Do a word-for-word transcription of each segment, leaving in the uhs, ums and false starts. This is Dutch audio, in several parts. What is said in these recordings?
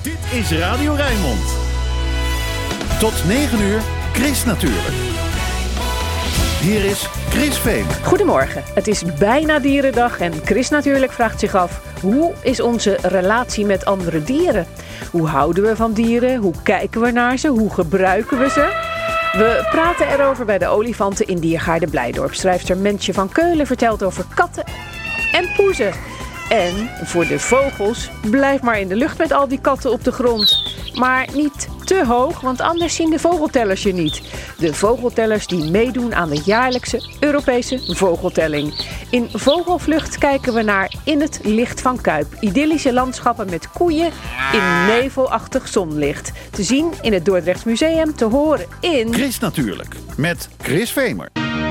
Dit is Radio Rijnmond. Tot negen uur, Chris natuurlijk. Hier is Chris Veen. Goedemorgen, het is bijna dierendag en Chris natuurlijk vraagt zich af: hoe is onze relatie met andere dieren? Hoe houden we van dieren? Hoe kijken we naar ze? Hoe gebruiken we ze? We praten erover bij de olifanten in Diergaarde Blijdorp. Schrijfster Mensje van Keulen vertelt over katten en poezen. En voor de vogels, blijf maar in de lucht met al die katten op de grond. Maar niet te hoog, want anders zien de vogeltellers je niet. De vogeltellers die meedoen aan de jaarlijkse Europese vogeltelling. In Vogelvlucht kijken we naar In het licht van Kuip. Idyllische landschappen met koeien in nevelachtig zonlicht. Te zien in het Dordrechts Museum, te horen in... Chris natuurlijk, met Chris Vemer.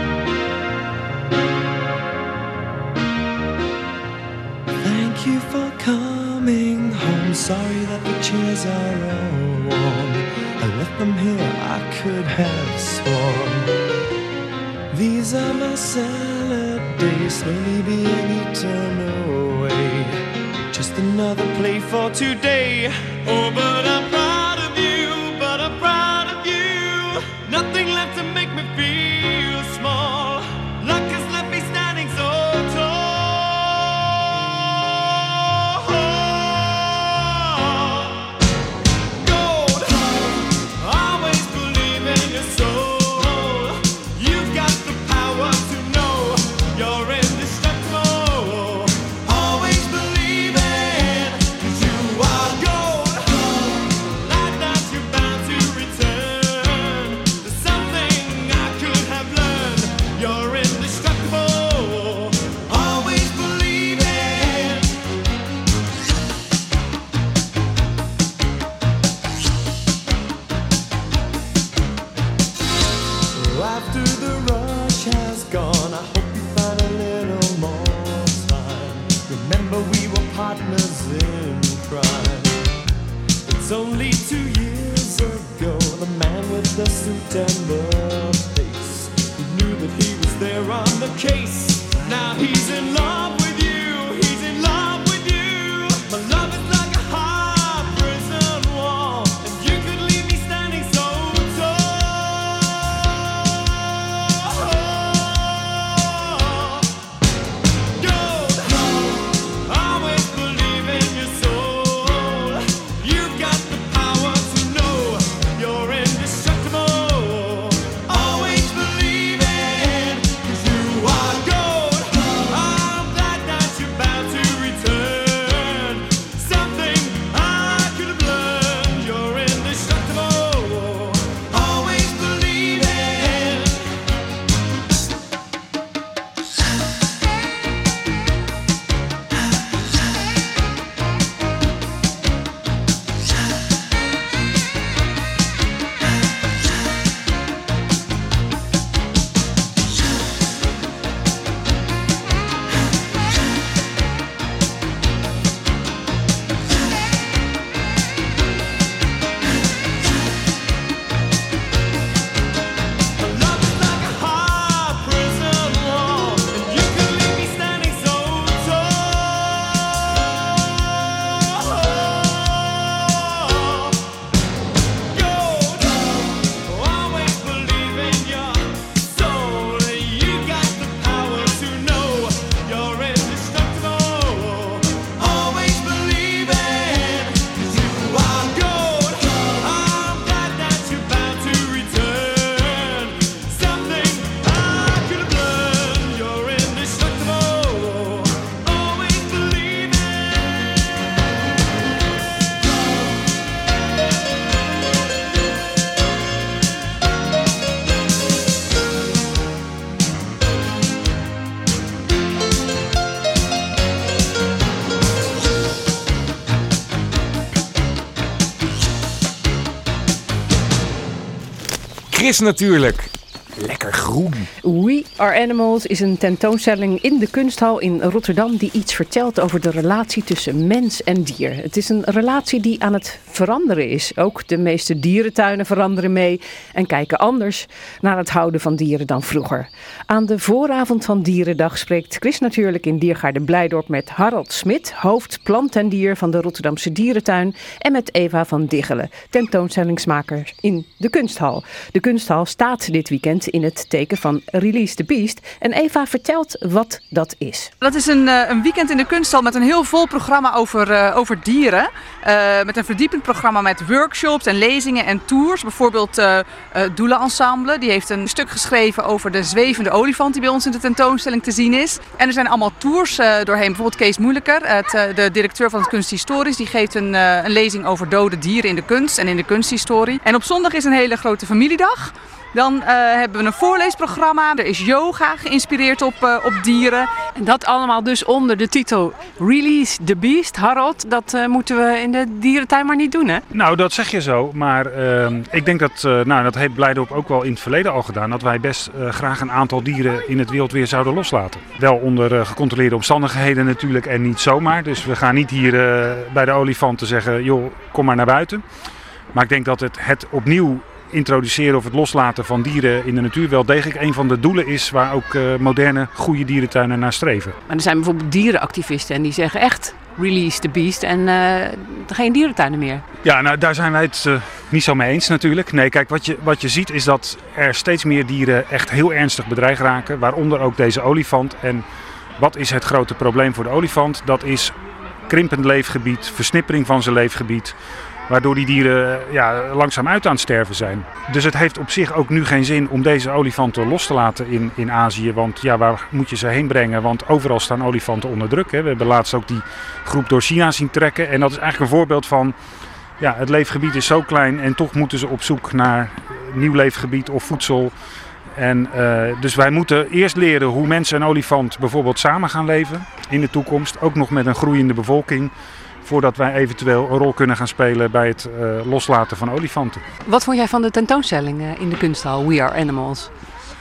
Thank you for coming home. Sorry that the chairs are all warm. I left them here, I could have sworn. These are my salad days, slowly being eaten away. Just another play for today. Oh, but I'm proud of you, but I'm proud of you. Nothing left to make me feel small. Luck has left me standing so tall. Chris natuurlijk. lekker groen. We Are Animals is een tentoonstelling in de Kunsthal in Rotterdam die iets vertelt over de relatie tussen mens en dier. Het is een relatie die aan het veranderen is. Ook de meeste dierentuinen veranderen mee en kijken anders naar het houden van dieren dan vroeger. Aan de vooravond van Dierendag spreekt Chris Natuurlijk in Diergaarde Blijdorp met Harold Smit, hoofd plant en dier van de Rotterdamse Dierentuin, en met Eva van Diggelen, tentoonstellingsmaker in de Kunsthal. De Kunsthal staat dit weekend in het teken van Release the Beast. En Eva vertelt wat dat is. Dat is een, een weekend in de Kunsthal met een heel vol programma over, uh, over dieren. Uh, met een verdiepend programma met workshops en lezingen en tours. Bijvoorbeeld uh, uh, Doelen Ensemble. Die heeft een stuk geschreven over de zwevende olifant die bij ons in de tentoonstelling te zien is. En er zijn allemaal tours uh, doorheen. Bijvoorbeeld Kees Moeilijker, het, uh, de directeur van het Kunsthistorisch. Die geeft een, uh, een lezing over dode dieren in de kunst en in de kunsthistorie. En op zondag is een hele grote familiedag. Dan uh, hebben we een voorleesprogramma. Er is yoga geïnspireerd op, uh, op dieren. En dat allemaal dus onder de titel Release the Beast. Harold, dat uh, moeten we in de dierentuin maar niet doen, hè? Nou, dat zeg je zo. Maar uh, ik denk dat, uh, nou, dat heeft Blijdorp ook wel in het verleden al gedaan. Dat wij best uh, graag een aantal dieren in het wild weer zouden loslaten. Wel onder uh, gecontroleerde omstandigheden natuurlijk en niet zomaar. Dus we gaan niet hier uh, bij de olifanten zeggen, joh, kom maar naar buiten. Maar ik denk dat het, het opnieuw introduceren of het loslaten van dieren in de natuur wel degelijk een van de doelen is waar ook uh, moderne, goede dierentuinen naar streven. Maar er zijn bijvoorbeeld dierenactivisten en die zeggen echt release the beast en uh, geen dierentuinen meer. Ja, nou daar zijn wij het uh, niet zo mee eens natuurlijk. Nee, kijk, wat je, wat je ziet is dat er steeds meer dieren echt heel ernstig bedreigd raken, waaronder ook deze olifant. En wat is het grote probleem voor de olifant? Dat is krimpend leefgebied, versnippering van zijn leefgebied, waardoor die dieren ja, langzaam uit aan het sterven zijn. Dus het heeft op zich ook nu geen zin om deze olifanten los te laten in, in Azië. Want ja, waar moet je ze heen brengen? Want overal staan olifanten onder druk. Hè. We hebben laatst ook die groep door China zien trekken. En dat is eigenlijk een voorbeeld van, ja, het leefgebied is zo klein en toch moeten ze op zoek naar nieuw leefgebied of voedsel. En, uh, dus wij moeten eerst leren hoe mensen en olifant bijvoorbeeld samen gaan leven in de toekomst. Ook nog met een groeiende bevolking, voordat wij eventueel een rol kunnen gaan spelen bij het uh, loslaten van olifanten. Wat vond jij van de tentoonstelling uh, in de Kunsthal, We Are Animals?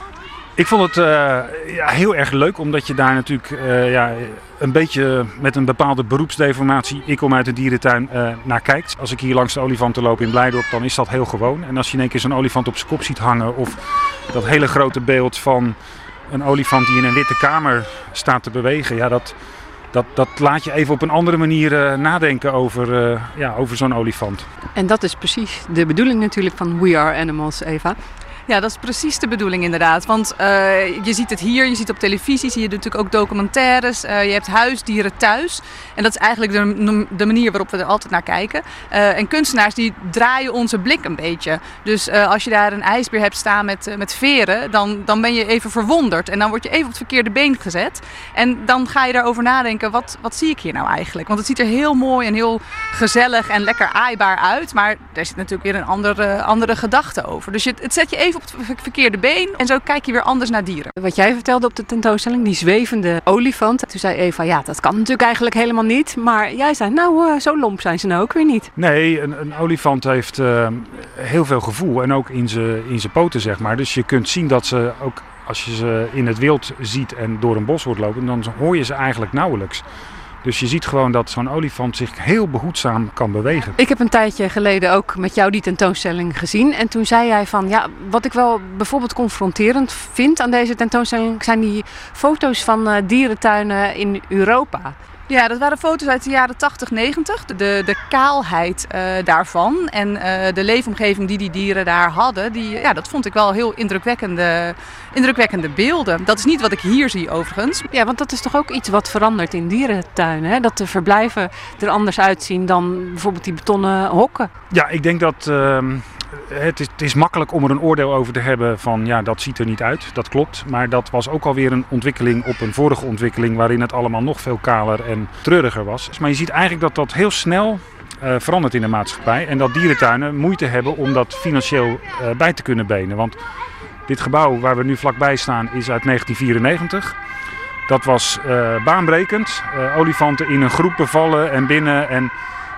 Ik vond het uh, ja, heel erg leuk, omdat je daar natuurlijk uh, ja, een beetje met een bepaalde beroepsdeformatie, ik kom uit de dierentuin, uh, naar kijkt. Als ik hier langs de olifanten loop in Blijdorp, dan is dat heel gewoon. En als je in één keer zo'n olifant op zijn kop ziet hangen, of dat hele grote beeld van een olifant die in een witte kamer staat te bewegen, ja, dat... Dat, dat laat je even op een andere manier uh, nadenken over, uh, ja, over zo'n olifant. En dat is precies de bedoeling natuurlijk van We Are Animals, Eva. Ja, dat is precies de bedoeling inderdaad. Want uh, je ziet het hier, je ziet op televisie, zie je natuurlijk ook documentaires. Uh, je hebt huisdieren thuis. En dat is eigenlijk de, de manier waarop we er altijd naar kijken. Uh, en kunstenaars die draaien onze blik een beetje. Dus uh, als je daar een ijsbeer hebt staan met, uh, met veren, dan, dan ben je even verwonderd. En dan word je even op het verkeerde been gezet. En dan ga je daarover nadenken, wat, wat zie ik hier nou eigenlijk? Want het ziet er heel mooi en heel gezellig en lekker aaibaar uit. Maar daar zit natuurlijk weer een andere, andere gedachte over. Dus je, het zet je even op het verkeerde been en zo kijk je weer anders naar dieren. Wat jij vertelde op de tentoonstelling, die zwevende olifant. Toen zei Eva, ja, dat kan natuurlijk eigenlijk helemaal niet. Maar jij zei, nou, uh, zo lomp zijn ze nou ook weer niet. Nee, een, een olifant heeft uh, heel veel gevoel en ook in zijn in zijn poten, zeg maar. Dus je kunt zien dat ze ook, als je ze in het wild ziet en door een bos wordt lopen, dan hoor je ze eigenlijk nauwelijks. Dus je ziet gewoon dat zo'n olifant zich heel behoedzaam kan bewegen. Ik heb een tijdje geleden ook met jou die tentoonstelling gezien. En toen zei jij van, ja, wat ik wel bijvoorbeeld confronterend vind aan deze tentoonstelling zijn die foto's van uh, dierentuinen in Europa. Ja, dat waren foto's uit de jaren tachtig, negentig. De, de kaalheid uh, daarvan en uh, de leefomgeving die die dieren daar hadden, die, ja, dat vond ik wel heel indrukwekkende, indrukwekkende beelden. Dat is niet wat ik hier zie overigens. Ja, want dat is toch ook iets wat verandert in dierentuinen, hè? Dat de verblijven er anders uitzien dan bijvoorbeeld die betonnen hokken. Ja, ik denk dat... Uh... Het is, het is makkelijk om er een oordeel over te hebben van ja, dat ziet er niet uit, dat klopt. Maar dat was ook alweer een ontwikkeling op een vorige ontwikkeling waarin het allemaal nog veel kaler en treuriger was. Maar je ziet eigenlijk dat dat heel snel uh, verandert in de maatschappij. En dat dierentuinen moeite hebben om dat financieel uh, bij te kunnen benen. Want dit gebouw waar we nu vlakbij staan is uit negentien vierennegentig. Dat was uh, baanbrekend. Uh, olifanten in een groep bevallen en binnen en...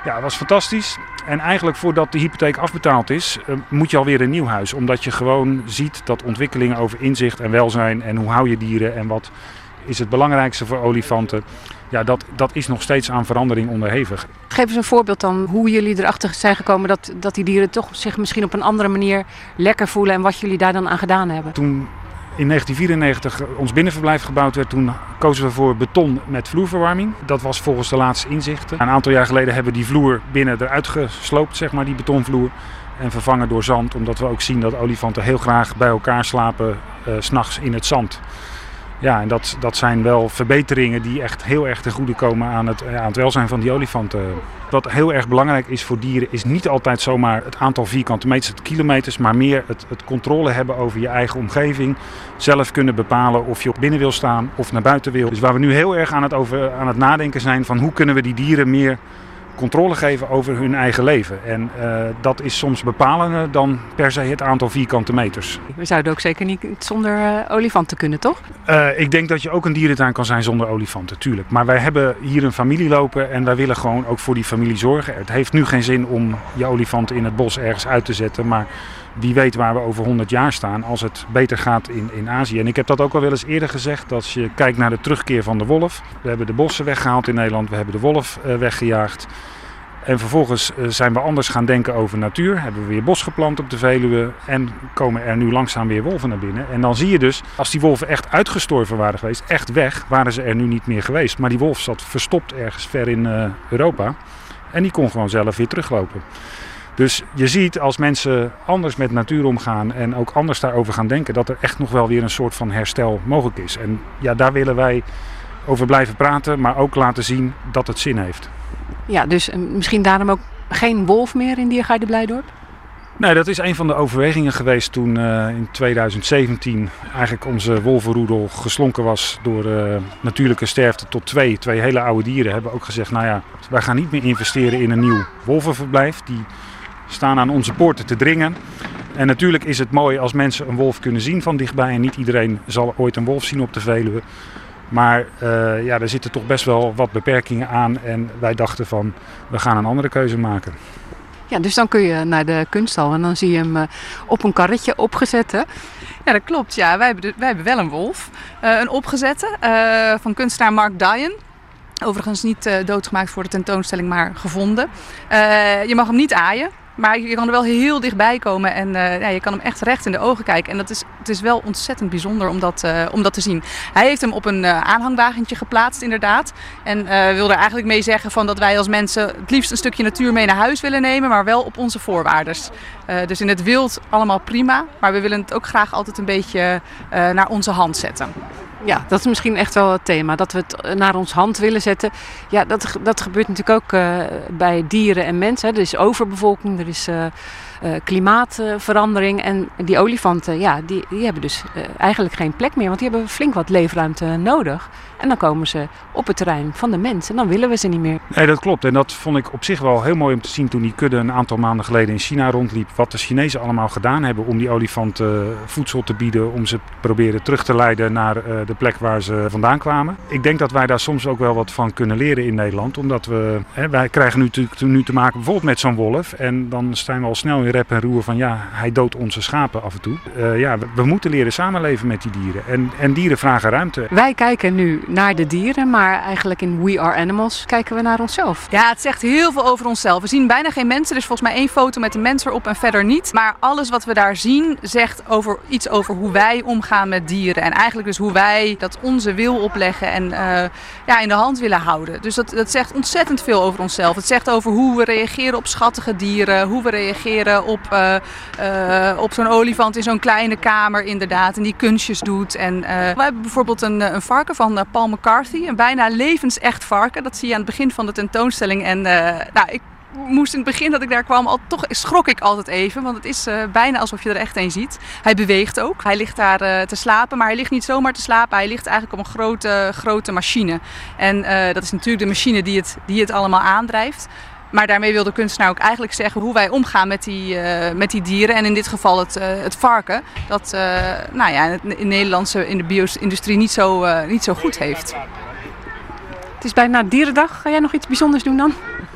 Ja, het was fantastisch. En eigenlijk voordat de hypotheek afbetaald is, uh, moet je alweer een nieuw huis. Omdat je gewoon ziet dat ontwikkelingen over inzicht en welzijn en hoe hou je dieren en wat is het belangrijkste voor olifanten. Ja, dat, dat is nog steeds aan verandering onderhevig. Geef eens een voorbeeld dan hoe jullie erachter zijn gekomen dat, dat die dieren toch zich misschien op een andere manier lekker voelen en wat jullie daar dan aan gedaan hebben. Toen in negentien vierennegentig ons binnenverblijf gebouwd werd, toen kozen we voor beton met vloerverwarming. Dat was volgens de laatste inzichten. Een aantal jaar geleden hebben we die vloer binnen eruit gesloopt, zeg maar, die betonvloer. En vervangen door zand, omdat we ook zien dat olifanten heel graag bij elkaar slapen, uh, 's nachts in het zand. Ja, en dat, dat zijn wel verbeteringen die echt heel erg ten goede komen aan het, aan het welzijn van die olifanten. Wat heel erg belangrijk is voor dieren is niet altijd zomaar het aantal vierkante meters, het kilometers, maar meer het, het controle hebben over je eigen omgeving. Zelf kunnen bepalen of je op binnen wil staan of naar buiten wil. Dus waar we nu heel erg aan het, over, aan het nadenken zijn van hoe kunnen we die dieren meer controle geven over hun eigen leven. En uh, dat is soms bepalender dan per se het aantal vierkante meters. We zouden ook zeker niet zonder uh, olifanten kunnen, toch? Uh, ik denk dat je ook een dierentuin kan zijn zonder olifanten, tuurlijk. Maar wij hebben hier een familie lopen en wij willen gewoon ook voor die familie zorgen. Het heeft nu geen zin om je olifanten in het bos ergens uit te zetten, maar wie weet waar we over honderd jaar staan als het beter gaat in, in Azië. En ik heb dat ook al wel eens eerder gezegd, als je kijkt naar de terugkeer van de wolf. We hebben de bossen weggehaald in Nederland, we hebben de wolf uh, weggejaagd. En vervolgens uh, zijn we anders gaan denken over natuur. Hebben we weer bos geplant op de Veluwe en komen er nu langzaam weer wolven naar binnen. En dan zie je dus, als die wolven echt uitgestorven waren geweest, echt weg, waren ze er nu niet meer geweest. Maar die wolf zat verstopt ergens ver in uh, Europa en die kon gewoon zelf weer teruglopen. Dus je ziet als mensen anders met natuur omgaan en ook anders daarover gaan denken, dat er echt nog wel weer een soort van herstel mogelijk is. En ja, daar willen wij over blijven praten, maar ook laten zien dat het zin heeft. Ja, dus misschien daarom ook geen wolf meer in Diergaarde Blijdorp? Nee, dat is een van de overwegingen geweest toen uh, in tweeduizend zeventien eigenlijk onze wolvenroedel geslonken was door uh, natuurlijke sterfte tot twee. Twee hele oude dieren hebben ook gezegd, nou ja, wij gaan niet meer investeren in een nieuw wolvenverblijf. Die staan aan onze poorten te dringen. En natuurlijk is het mooi als mensen een wolf kunnen zien van dichtbij. En niet iedereen zal ooit een wolf zien op de Veluwe. Maar uh, ja, er zitten toch best wel wat beperkingen aan. En wij dachten van, we gaan een andere keuze maken. Ja, dus dan kun je naar de kunsthal en dan zie je hem uh, op een karretje opgezet, hè? Ja, dat klopt. Ja, wij, hebben de, wij hebben wel een wolf. Uh, een opgezette uh, van kunstenaar Mark Dion. Overigens niet uh, doodgemaakt voor de tentoonstelling, maar gevonden. Uh, je mag hem niet aaien. Maar je kan er wel heel dichtbij komen en uh, ja, je kan hem echt recht in de ogen kijken. En dat is, het is wel ontzettend bijzonder om dat, uh, om dat te zien. Hij heeft hem op een uh, aanhangwagentje geplaatst inderdaad. En uh, wil er eigenlijk mee zeggen van dat wij als mensen het liefst een stukje natuur mee naar huis willen nemen. Maar wel op onze voorwaarden. Uh, dus in het wild allemaal prima. Maar we willen het ook graag altijd een beetje uh, naar onze hand zetten. Ja, dat is misschien echt wel het thema. Dat we het naar ons hand willen zetten. Ja, dat, dat gebeurt natuurlijk ook uh, bij dieren en mensen. Hè. Er is overbevolking, er is uh, uh, klimaatverandering. En die olifanten, ja, die, die hebben dus uh, eigenlijk geen plek meer. Want die hebben flink wat leefruimte nodig. En dan komen ze op het terrein van de mens. En dan willen we ze niet meer. Nee, dat klopt. En dat vond ik op zich wel heel mooi om te zien toen die kudde een aantal maanden geleden in China rondliep. Wat de Chinezen allemaal gedaan hebben om die olifanten voedsel te bieden. Om ze proberen terug te leiden naar uh, de plek waar ze vandaan kwamen. Ik denk dat wij daar soms ook wel wat van kunnen leren in Nederland. Omdat we, hè, wij krijgen nu te, nu te maken bijvoorbeeld met zo'n wolf. En dan zijn we al snel in rep en roer van ja, hij doodt onze schapen af en toe. Uh, ja, we, we moeten leren samenleven met die dieren. En, en dieren vragen ruimte. Wij kijken nu naar de dieren, maar eigenlijk in We Are Animals kijken we naar onszelf. Ja, het zegt heel veel over onszelf. We zien bijna geen mensen. Er is volgens mij één foto met een mens erop en verder niet. Maar alles wat we daar zien zegt over, iets over hoe wij omgaan met dieren. En eigenlijk dus hoe wij dat onze wil opleggen en uh, ja, in de hand willen houden. Dus dat, dat zegt ontzettend veel over onszelf. Het zegt over hoe we reageren op schattige dieren. Hoe we reageren op, uh, uh, op zo'n olifant in zo'n kleine kamer inderdaad. En die kunstjes doet. En uh, wij hebben bijvoorbeeld een, een varken van uh, Paul McCarthy. Een bijna levensecht varken. Dat zie je aan het begin van de tentoonstelling. En uh, nou, ik moest in het begin dat ik daar kwam, al, toch schrok ik altijd even. Want het is uh, bijna alsof je er echt een ziet. Hij beweegt ook. Hij ligt daar uh, te slapen. Maar hij ligt niet zomaar te slapen. Hij ligt eigenlijk op een grote, grote machine. En uh, dat is natuurlijk de machine die het, die het allemaal aandrijft. Maar daarmee wil de kunstenaar ook eigenlijk zeggen hoe wij omgaan met die, uh, met die dieren. En in dit geval het, uh, het varken. Dat uh, nou ja, in de Nederlandse in de bio-industrie niet zo, uh, niet zo goed heeft. Het is bijna Dierendag. Ga jij nog iets bijzonders doen dan?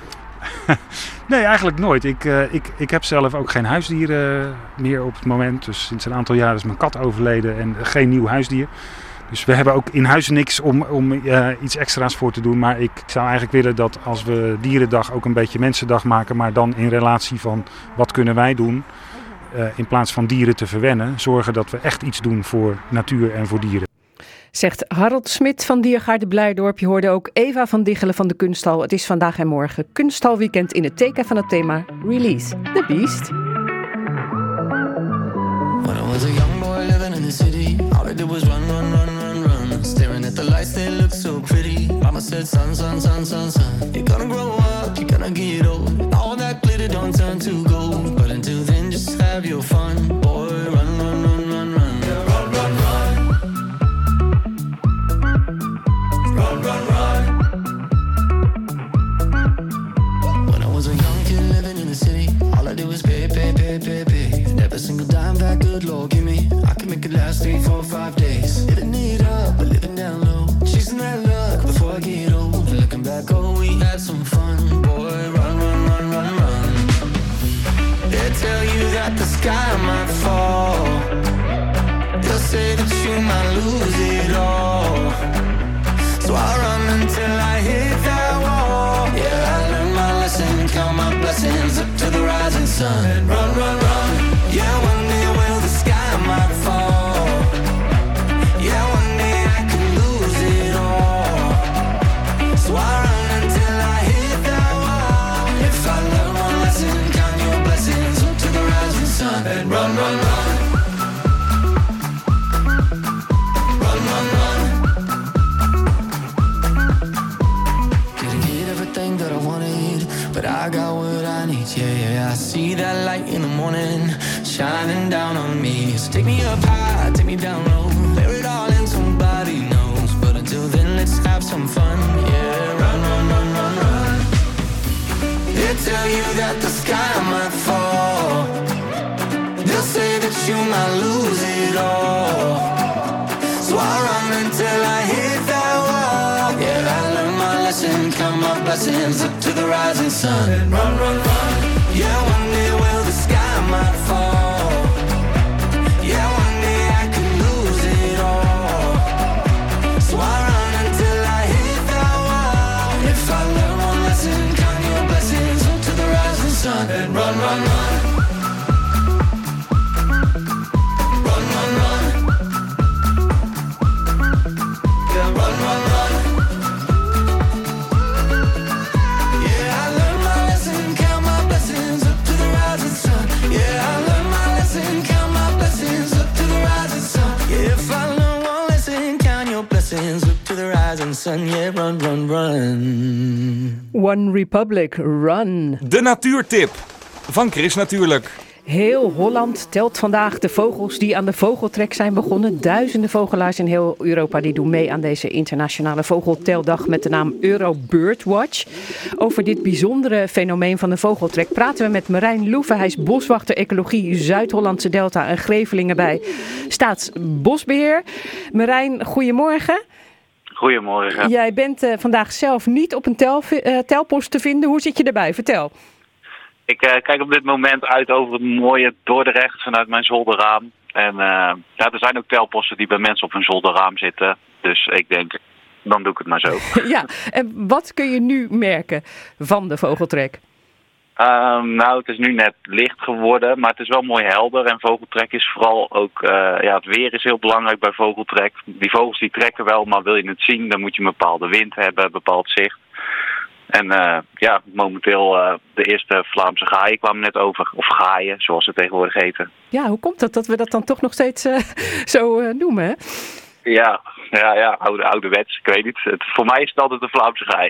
Nee, eigenlijk nooit. Ik, uh, ik, ik heb zelf ook geen huisdieren meer op het moment. Dus sinds een aantal jaar is mijn kat overleden en geen nieuw huisdier. Dus we hebben ook in huis niks om, om uh, iets extra's voor te doen. Maar ik zou eigenlijk willen dat als we Dierendag ook een beetje Mensendag maken, maar dan in relatie van wat kunnen wij doen, uh, in plaats van dieren te verwennen, zorgen dat we echt iets doen voor natuur en voor dieren. Zegt Harold Smit van Diergaarde Blijdorp. Je hoorde ook Eva van Diggelen van de Kunsthal. Het is vandaag en morgen Kunstalweekend in het teken van het thema Release the Beast. When I was a young boy living in the city, all I did was run, run, run, run, run. Staring at the lights, they look so pretty. Mama said, son, son, son, son, son, you're gonna grow up, you're gonna get old. All that glitter don't turn to gold. But until then, just have your fun, boy. Run, run, run, run, run. Run, run, run. Run, run, run. When I was a young kid living in the city, all I did was pay, pay, pay, pay, pay. And every single dime that good Lord give me, I can make it last three, four, five days. Living it up, but living down low. Chasing that luck before I get old. And looking back, oh, we had some fun. Boy, run, run, run, run, run. They tell you that the sky might fall. They'll say that you might lose it all. So I run until I hit that wall. Yeah, I learned my lesson, count my blessings up to the rising sun. And run, run, run. Yeah, one day will the sky might fall. Yeah, one day I could lose it all. So I run until I hit that wall. If I learn one lesson, count your blessings up to the rising sun. And run, run, run. Run, run, run. That I wanted, but I got what I need. Yeah, yeah, I see that light in the morning shining down on me. So take me up high, take me down low, bear it all and somebody knows. But until then, let's have some fun. Yeah, run, run, run, run, run. They tell you that the sky might fall. They'll say that you might lose it all. So I run until I hit that wall. Yeah, I learned my lesson, count my blessings up to the rising sun. And run, run, run. Yeah, one day will the sky might fall. Yeah, one day I could lose it all. So I run until I hit that wall. If I learn one lesson, count your blessings up to the rising sun. And run, run, run. Run, run, run. Yeah, run, run, run. Yeah, I learned my lesson, count my blessings up to the rising sun. Yeah, I learned my lesson, count my blessings up to the rising sun. Yeah, if I learn one lesson, count your blessings up to the rising sun. Yeah, run, run, run. One Republic, run. De natuurtip van Chris natuurlijk. Heel Holland telt vandaag de vogels die aan de vogeltrek zijn begonnen. Duizenden vogelaars in heel Europa die doen mee aan deze internationale vogelteldag met de naam Euro Birdwatch. Over dit bijzondere fenomeen van de vogeltrek praten we met Marijn Loeve. Hij is boswachter ecologie Zuid-Hollandse Delta en Grevelingen bij Staatsbosbeheer. Marijn, goedemorgen. Goedemorgen. Jij bent uh, vandaag zelf niet op een tel, uh, telpost te vinden. Hoe zit je erbij? Vertel. Ik uh, kijk op dit moment uit over het mooie Dordrecht vanuit mijn zolderraam. En uh, ja, er zijn ook telposten die bij mensen op hun zolderraam zitten. Dus ik denk, dan doe ik het maar zo. Ja, en wat kun je nu merken van de vogeltrek? Uh, nou, het is nu net licht geworden, maar het is wel mooi helder. En vogeltrek is vooral ook, uh, ja, het weer is heel belangrijk bij vogeltrek. Die vogels die trekken wel, maar wil je het zien, dan moet je een bepaalde wind hebben, een bepaald zicht. En uh, ja, momenteel uh, de eerste Vlaamse gaaien kwamen net over. Of gaaien, zoals ze tegenwoordig heten. Ja, hoe komt dat dat we dat dan toch nog steeds uh, zo uh, noemen, hè? Ja, ja, ja, oude, ouderwets, ik weet niet. Het, voor mij is het altijd de Vlaamse gaai.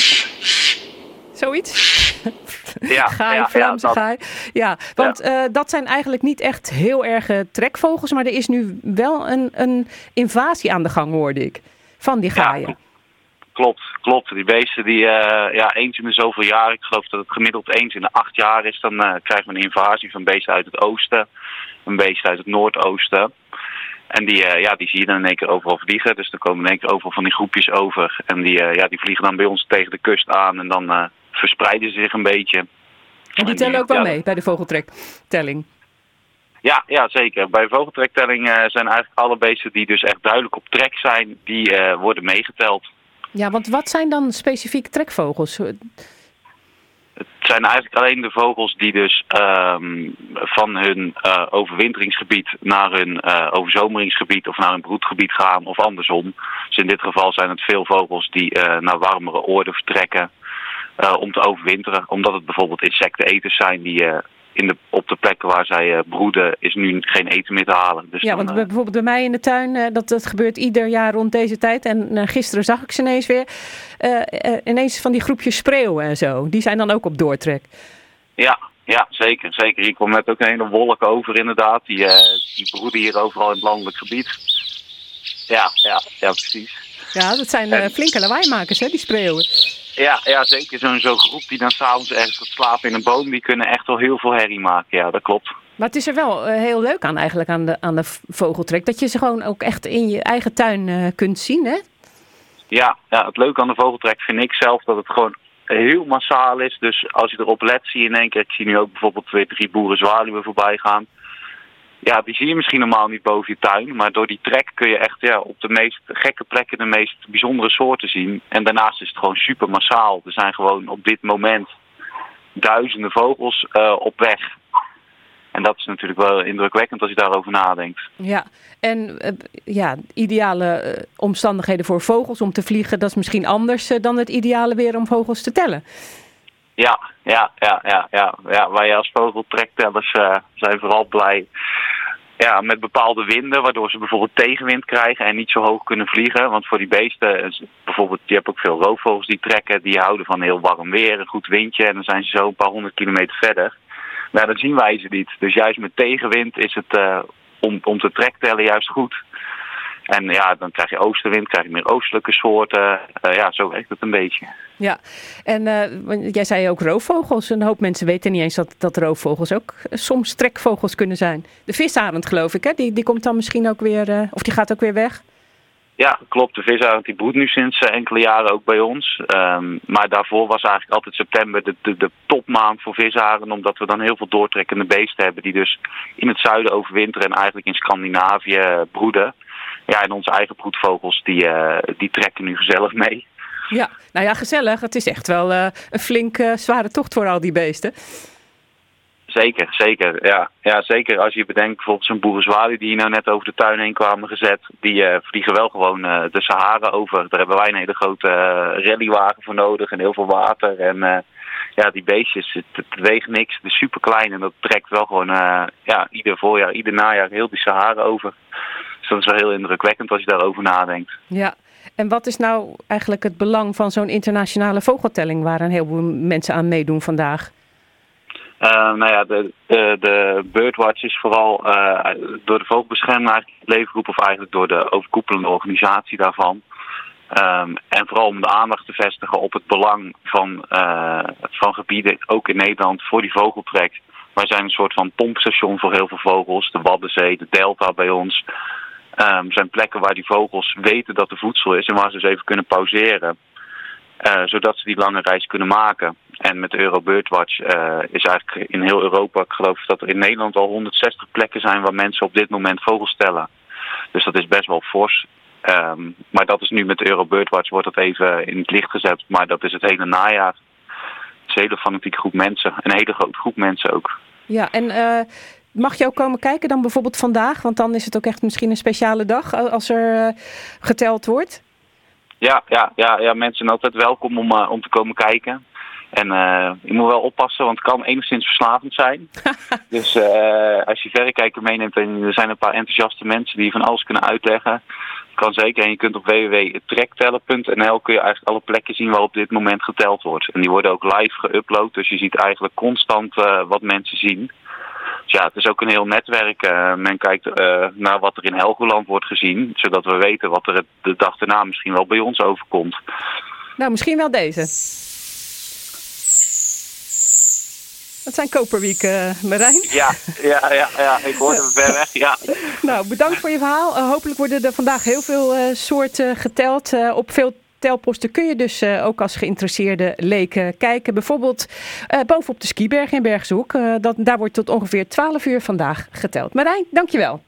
Zoiets? Ja, gaai, ja, Vlaamse ja, gaai. Ja, want ja. Uh, dat zijn eigenlijk niet echt heel erge trekvogels, maar er is nu wel een, een invasie aan de gang, hoorde ik, van die gaaien. Ja. Klopt, klopt. Die beesten die uh, ja, eens in de zoveel jaar, ik geloof dat het gemiddeld eens in de acht jaar is, dan uh, krijgen we een invasie van beesten uit het oosten, een beest uit het noordoosten. En die, uh, ja, die zie je dan in één keer overal vliegen. Dus er komen in één keer overal van die groepjes over. En die, uh, ja, die vliegen dan bij ons tegen de kust aan. En dan uh, verspreiden ze zich een beetje. En die tellen ook wel ja, mee bij de vogeltrektelling? Ja, ja, zeker. Bij vogeltrektelling uh, zijn eigenlijk alle beesten die dus echt duidelijk op trek zijn, die uh, worden meegeteld. Ja, want wat zijn dan specifiek trekvogels? Het zijn eigenlijk alleen de vogels die dus um, van hun uh, overwinteringsgebied naar hun uh, overzomeringsgebied of naar hun broedgebied gaan of andersom. Dus in dit geval zijn het veel vogels die uh, naar warmere oorden vertrekken uh, om te overwinteren. Omdat het bijvoorbeeld insecteneters zijn die uh, in de, op de plekken waar zij uh, broeden is nu geen eten meer te halen. Dus ja, dan, want uh, bijvoorbeeld bij mij in de tuin, uh, dat, dat gebeurt ieder jaar rond deze tijd. En uh, gisteren zag ik ze ineens weer. Uh, uh, ineens van die groepjes spreeuwen en zo. Die zijn dan ook op doortrek. Ja, ja, zeker. zeker. Hier kwam net ook een hele wolk over inderdaad. Die, uh, die broeden hier overal in het landelijk gebied. Ja, ja, ja, precies. Ja, dat zijn uh, flinke lawaaimakers, hè, die spreeuwen. Ja, ja, zeker. Zo'n zo'n groep die dan s'avonds ergens gaat slapen in een boom, die kunnen echt wel heel veel herrie maken. Ja, dat klopt. Maar het is er wel uh, heel leuk aan eigenlijk, aan de, aan de vogeltrek. Dat je ze gewoon ook echt in je eigen tuin uh, kunt zien, hè? Ja, ja, het leuke aan de vogeltrek vind ik zelf dat het gewoon heel massaal is. Dus als je erop let, zie je in één keer, ik zie nu ook bijvoorbeeld twee, drie boerenzwaluwen voorbij gaan. Ja, die zie je misschien normaal niet boven je tuin, maar door die trek kun je echt ja, op de meest gekke plekken de meest bijzondere soorten zien. En daarnaast is het gewoon super massaal. Er zijn gewoon op dit moment duizenden vogels uh, op weg. En dat is natuurlijk wel indrukwekkend als je daarover nadenkt. Ja, en uh, ja, ideale uh, omstandigheden voor vogels om te vliegen, dat is misschien anders uh, dan het ideale weer om vogels te tellen. Ja, ja, ja, ja, ja. ja wij als vogeltrektellers uh, zijn vooral blij ja, met bepaalde winden, waardoor ze bijvoorbeeld tegenwind krijgen en niet zo hoog kunnen vliegen. Want voor die beesten, bijvoorbeeld, je hebt ook veel roofvogels die trekken, die houden van heel warm weer, een goed windje en dan zijn ze zo een paar honderd kilometer verder. Maar dan zien wij ze niet. Dus juist met tegenwind is het uh, om, om te trektellen juist goed. En ja, dan krijg je oostenwind, krijg je meer oostelijke soorten. Uh, ja, zo werkt het een beetje. Ja, en uh, jij zei ook roofvogels. Een hoop mensen weten niet eens dat, dat roofvogels ook soms trekvogels kunnen zijn. De visarend, geloof ik, hè? Die, die komt dan misschien ook weer, uh, of die gaat ook weer weg? Ja, klopt. De visarend die broedt nu sinds uh, enkele jaren ook bij ons. Um, maar daarvoor was eigenlijk altijd september de, de, de topmaand voor visarend. Omdat we dan heel veel doortrekkende beesten hebben die dus in het zuiden overwinteren en eigenlijk in Scandinavië uh, broeden. Ja, en onze eigen broedvogels die, uh, die trekken nu gezellig mee. Ja, nou ja, gezellig. Het is echt wel uh, een flink uh, zware tocht voor al die beesten. Zeker, zeker. Ja. ja, zeker. Als je bedenkt bijvoorbeeld zo'n boerenzwaluw die hier nou net over de tuin heen kwamen gezet. Die uh, vliegen wel gewoon uh, de Sahara over. Daar hebben wij een hele grote uh, rallywagen voor nodig en heel veel water. En uh, ja, die beestjes, het, het weegt niks. Het is super klein en dat trekt wel gewoon uh, ja, ieder voorjaar, ieder najaar heel die Sahara over. Dus dat is wel heel indrukwekkend als je daarover nadenkt. Ja, en wat is nou eigenlijk het belang van zo'n internationale vogeltelling waar een heleboel mensen aan meedoen vandaag? Uh, nou ja, de, de, de Birdwatch is vooral uh, door de vogelbescherming eigenlijk het leven geroepen, of eigenlijk door de overkoepelende organisatie daarvan. Um, en vooral om de aandacht te vestigen op het belang van, uh, van gebieden, ook in Nederland, voor die vogeltrek. Wij zijn een soort van pompstation voor heel veel vogels. De Waddenzee, de Delta bij ons. Um, zijn plekken waar die vogels weten dat er voedsel is en waar ze eens even kunnen pauzeren. Uh, zodat ze die lange reis kunnen maken. En met de Euro Birdwatch uh, is eigenlijk in heel Europa, ik geloof dat er in Nederland al honderdzestig plekken zijn waar mensen op dit moment vogels tellen. Dus dat is best wel fors. Um, maar dat is nu met de Euro Birdwatch, wordt dat even in het licht gezet. Maar dat is het hele najaar. Het is een hele fanatieke groep mensen. Een hele grote groep mensen ook. Ja, en uh, mag je ook komen kijken dan bijvoorbeeld vandaag? Want dan is het ook echt misschien een speciale dag als er uh, geteld wordt. Ja, ja, ja, ja, mensen zijn altijd welkom om, uh, om te komen kijken. En uh, je moet wel oppassen, want het kan enigszins verslavend zijn. Dus uh, als je verrekijker meeneemt en er zijn een paar enthousiaste mensen die je van alles kunnen uitleggen. Kan zeker. En je kunt op w w w punt trektellen punt n l kun je eigenlijk alle plekken zien waar op dit moment geteld wordt. En die worden ook live geüpload, dus je ziet eigenlijk constant uh, wat mensen zien. Dus ja, het is ook een heel netwerk. Uh, men kijkt uh, naar wat er in Helgoland wordt gezien, zodat we weten wat er de dag daarna misschien wel bij ons overkomt. Nou, misschien wel deze. Dat zijn Koperwiek, uh, Marijn. Ja, ja, ja, ja, ik hoorde hem ver weg, ja. Nou, bedankt voor je verhaal. Uh, hopelijk worden er vandaag heel veel uh, soorten geteld uh, op veel telposten kun je dus uh, ook als geïnteresseerde leek uh, kijken. Bijvoorbeeld uh, bovenop de skiberg in Bergse Hoek. Uh, dat, daar wordt tot ongeveer twaalf uur vandaag geteld. Marijn, dankjewel.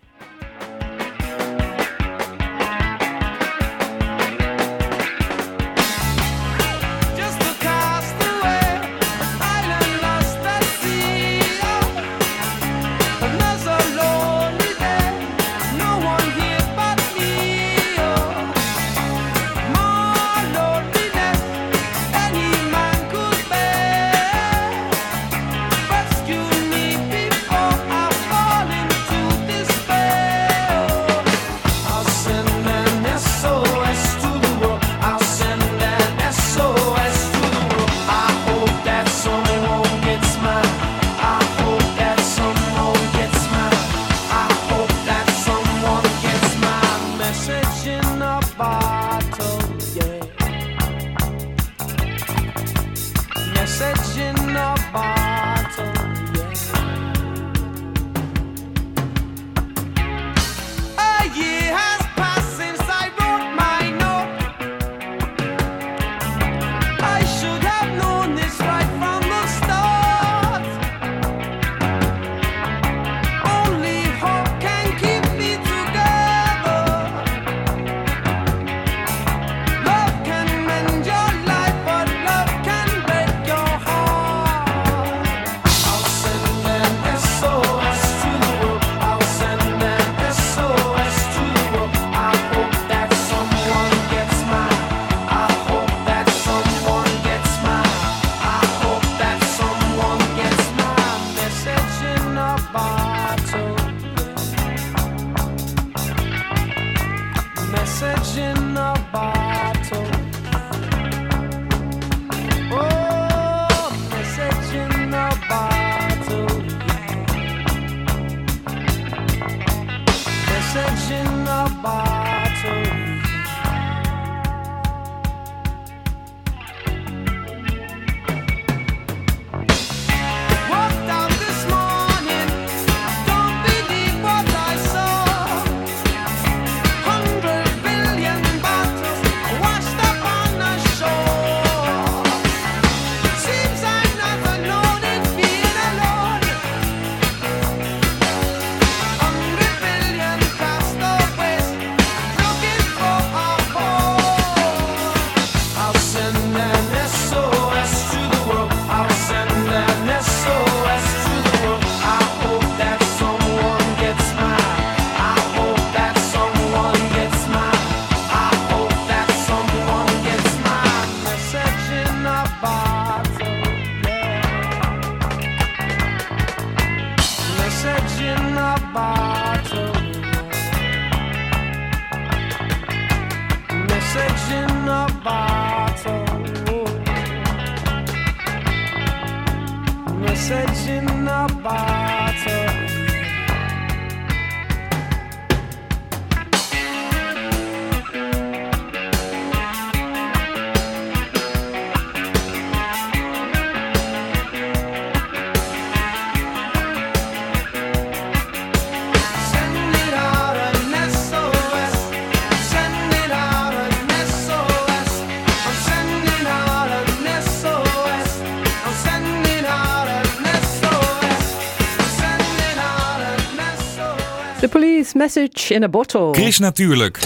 The Police, Message in a Bottle. Chris Natuurlijk.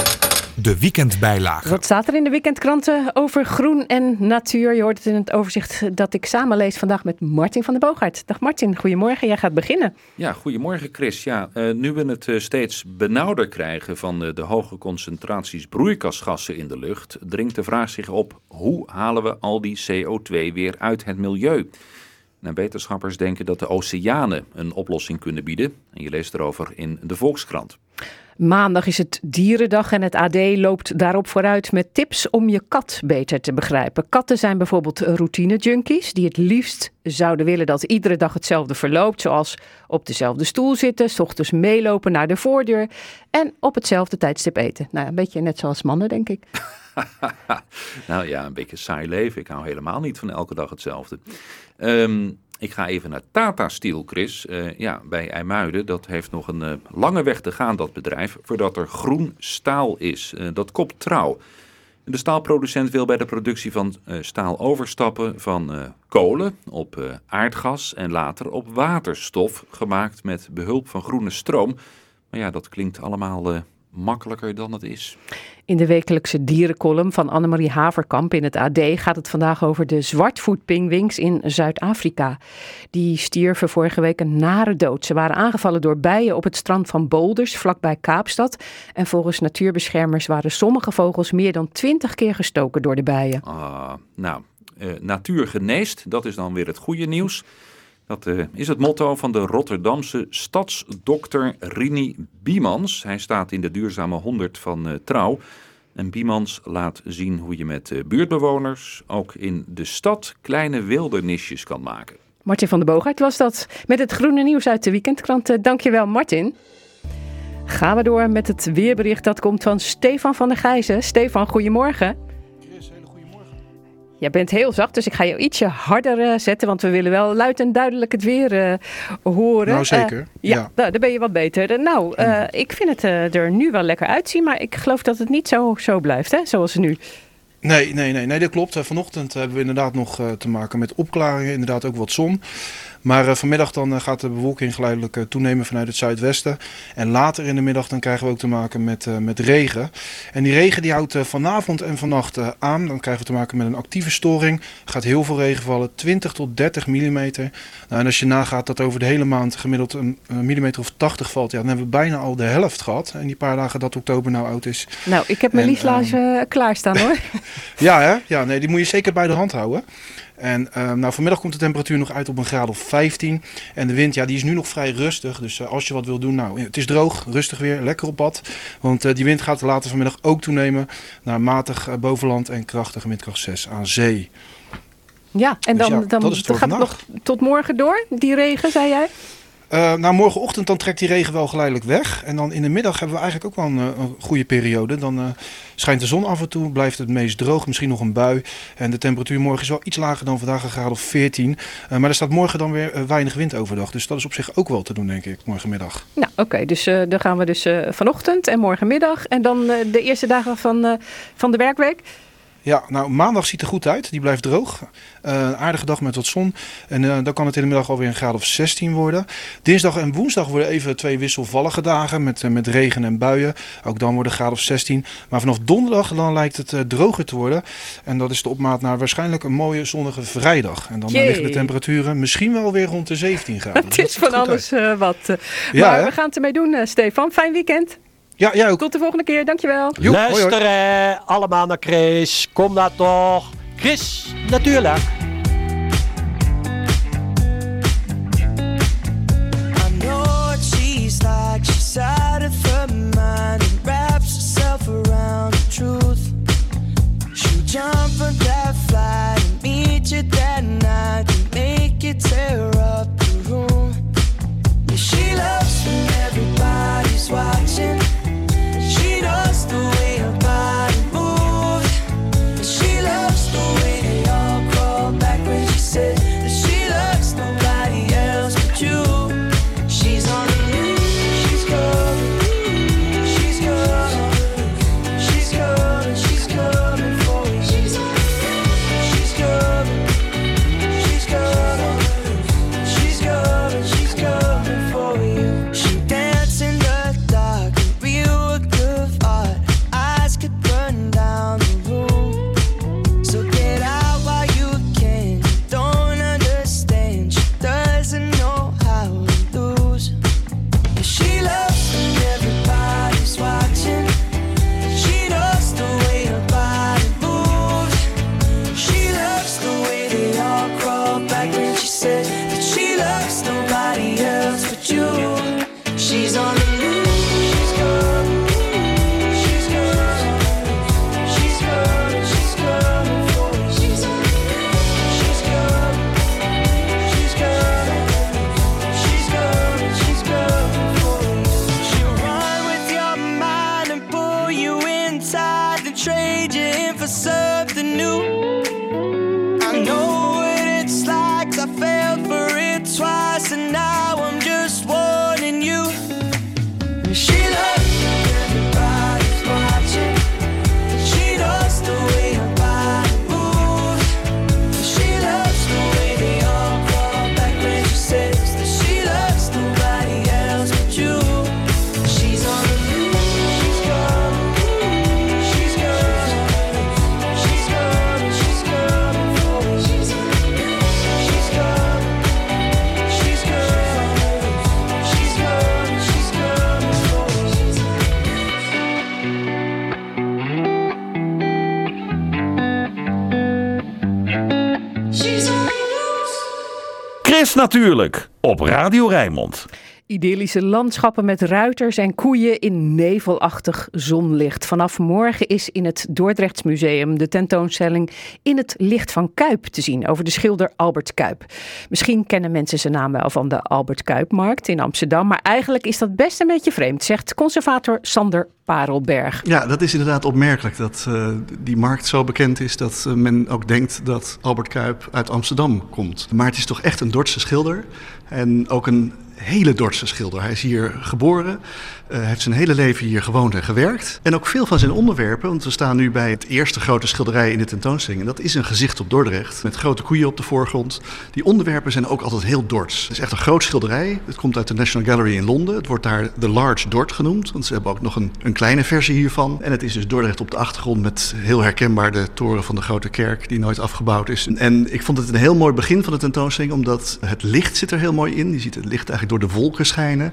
De weekendbijlage. Wat staat er in de weekendkranten over groen en natuur? Je hoort het in het overzicht dat ik samen lees vandaag met Martin van der Boogaard. Dag Martin, goedemorgen. Jij gaat beginnen. Ja, goedemorgen Chris. Ja, uh, nu we het uh, steeds benauwder krijgen van uh, de hoge concentraties broeikasgassen in de lucht, dringt de vraag zich op: hoe halen we al die C O twee weer uit het milieu? Nou, wetenschappers denken dat de oceanen een oplossing kunnen bieden. En je leest erover in de Volkskrant. Maandag is het Dierendag en het A D loopt daarop vooruit met tips om je kat beter te begrijpen. Katten zijn bijvoorbeeld routine-junkies die het liefst zouden willen dat iedere dag hetzelfde verloopt. Zoals op dezelfde stoel zitten, 's ochtends meelopen naar de voordeur en op hetzelfde tijdstip eten. Nou, een beetje net zoals mannen, denk ik. Nou ja, een beetje saai leven. Ik hou helemaal niet van elke dag hetzelfde. Um, ik ga even naar Tata Steel, Chris. Uh, ja, bij IJmuiden. Dat heeft nog een uh, lange weg te gaan, dat bedrijf, voordat er groen staal is. Uh, dat kopt Trouw. De staalproducent wil bij de productie van uh, staal overstappen van uh, kolen op uh, aardgas en later op waterstof, gemaakt met behulp van groene stroom. Maar ja, dat klinkt allemaal uh, makkelijker dan het is. In de wekelijkse dierencolumn van Annemarie Haverkamp in het A D gaat het vandaag over de zwartvoetpingwings in Zuid-Afrika. Die stierven vorige week een nare dood. Ze waren aangevallen door bijen op het strand van Boulders, vlakbij Kaapstad. En volgens natuurbeschermers waren sommige vogels meer dan twintig keer gestoken door de bijen. Uh, nou, uh, natuur geneest, dat is dan weer het goede nieuws. Dat uh, is het motto van de Rotterdamse stadsdokter Rini Biemans. Hij staat in de duurzame honderd van uh, Trouw. En Biemans laat zien hoe je met uh, buurtbewoners ook in de stad kleine wildernisjes kan maken. Martin van der Boogaert was dat met het groene nieuws uit de weekendkrant. Dankjewel, Martin. Gaan we door met het weerbericht dat komt van Stefan van der Gijzen. Stefan, goedemorgen. Jij bent heel zacht, dus ik ga je ietsje harder uh, zetten, want we willen wel luid en duidelijk het weer uh, horen. Nou, zeker. Uh, ja, ja. Nou, daar ben je wat beter. Uh, nou, uh, ik vind het uh, er nu wel lekker uitzien, maar ik geloof dat het niet zo, zo blijft, hè, zoals nu. Nee, nee, nee, nee, dat klopt. Vanochtend hebben we inderdaad nog uh, te maken met opklaringen, inderdaad ook wat zon. Maar uh, vanmiddag dan uh, gaat de bewolking geleidelijk uh, toenemen vanuit het zuidwesten. En later in de middag dan krijgen we ook te maken met, uh, met regen. En die regen die houdt uh, vanavond en vannacht uh, aan. Dan krijgen we te maken met een actieve storing. Er gaat heel veel regen vallen, twintig tot dertig millimeter. Nou, en als je nagaat dat over de hele maand gemiddeld een, een millimeter of tachtig valt, ja, dan hebben we bijna al de helft gehad. En die paar dagen dat oktober nou oud is. Nou, ik heb mijn lieslaarzen uh, klaarstaan hoor. Ja, hè? Ja, nee, die moet je zeker bij de hand houden. En uh, nou, vanmiddag komt de temperatuur nog uit op een graad of vijftien. En de wind, ja, die is nu nog vrij rustig. Dus uh, als je wat wil doen, nou, het is droog, rustig weer, lekker op pad. Want uh, die wind gaat later vanmiddag ook toenemen naar matig uh, bovenland en krachtige windkracht zes aan zee. Ja, en dan, dus ja, dan, dan gaat het nog tot morgen door, die regen, zei jij? Uh, nou, morgenochtend dan trekt die regen wel geleidelijk weg. En dan in de middag hebben we eigenlijk ook wel een, een goede periode. Dan uh, schijnt de zon af en toe, blijft het meest droog, misschien nog een bui. En de temperatuur morgen is wel iets lager dan vandaag, een graad of veertien. Uh, maar er staat morgen dan weer uh, weinig wind overdag. Dus dat is op zich ook wel te doen, denk ik, morgenmiddag. Nou, oké. Okay, dus uh, dan gaan we dus uh, vanochtend en morgenmiddag. En dan uh, de eerste dagen van, uh, van de werkweek. Ja, nou maandag ziet er goed uit. Die blijft droog. Uh, een aardige dag met wat zon. En uh, dan kan het in de middag alweer een graad of zestien worden. Dinsdag en woensdag worden even twee wisselvallige dagen met, uh, met regen en buien. Ook dan worden een graad of zestien. Maar vanaf donderdag dan lijkt het uh, droger te worden. En dat is de opmaat naar waarschijnlijk een mooie zonnige vrijdag. En dan uh, liggen de temperaturen misschien wel weer rond de zeventien graden. Het is van alles uh, wat. Uh, ja, maar hè? we gaan het ermee doen, uh, Stefan. Fijn weekend. Ja, jij ook. Tot de volgende keer, dankjewel. Joep, luisteren hoi, hoi. allemaal naar Chris. Kom dat toch. Chris, natuurlijk. I know what she's like. She's out of her mind and wraps herself around the truth. She'll jump from that flight and meet you that night and make you tear up the room. Yeah, she loves when everybody's watching. She knows the way her body moves. And she loves the way they all crawl back when she said that she loves nobody else but you. She's on the move. She's coming. She's coming. She's coming. She's coming for you. She's She's coming. She's coming. She's coming. She's coming for you. She dance in the dark. Real good art. Eyes could burn down the room. So get out while you can. Don't understand. She doesn't know how to lose. Yeah, she loves when everybody's watching. She knows the way her body moves. She loves the way they all crawl back when she said that she loves nobody else but you. She's on the move. She's coming. She's coming. She's coming. She's coming for you. She's She's coming. She's coming. She's coming. She's coming for you. She'll run with your mind and pull you inside and trade you in for something new. I know what it's like. I failed for it twice and now I'm just warning you. She loves when everybody's watching. She knows the Natuurlijk, op Radio Rijnmond. Idyllische landschappen met ruiters en koeien in nevelachtig zonlicht. Vanaf morgen is in het Dordrechts Museum de tentoonstelling In het licht van Cuyp te zien over de schilder Albert Cuyp. Misschien kennen mensen zijn naam wel van de Albert Cuypmarkt in Amsterdam, maar eigenlijk is dat best een beetje vreemd, zegt conservator Sander Parelberg. Ja, dat is inderdaad opmerkelijk dat uh, die markt zo bekend is dat uh, men ook denkt dat Albert Cuyp uit Amsterdam komt. Maar het is toch echt een Dordtse schilder en ook een hele Dordtse schilder. Hij is hier geboren, uh, heeft zijn hele leven hier gewoond en gewerkt. En ook veel van zijn onderwerpen, want we staan nu bij het eerste grote schilderij in de tentoonstelling. En dat is een gezicht op Dordrecht, met grote koeien op de voorgrond. Die onderwerpen zijn ook altijd heel Dords. Het is echt een groot schilderij. Het komt uit de National Gallery in Londen. Het wordt daar de Large Dort genoemd, want ze hebben ook nog een, een kleine versie hiervan. En het is dus Dordrecht op de achtergrond met heel herkenbaar de toren van de Grote Kerk, die nooit afgebouwd is. En ik vond het een heel mooi begin van de tentoonstelling, omdat het licht zit er heel mooi in. Je ziet het licht eigenlijk door de wolken schijnen.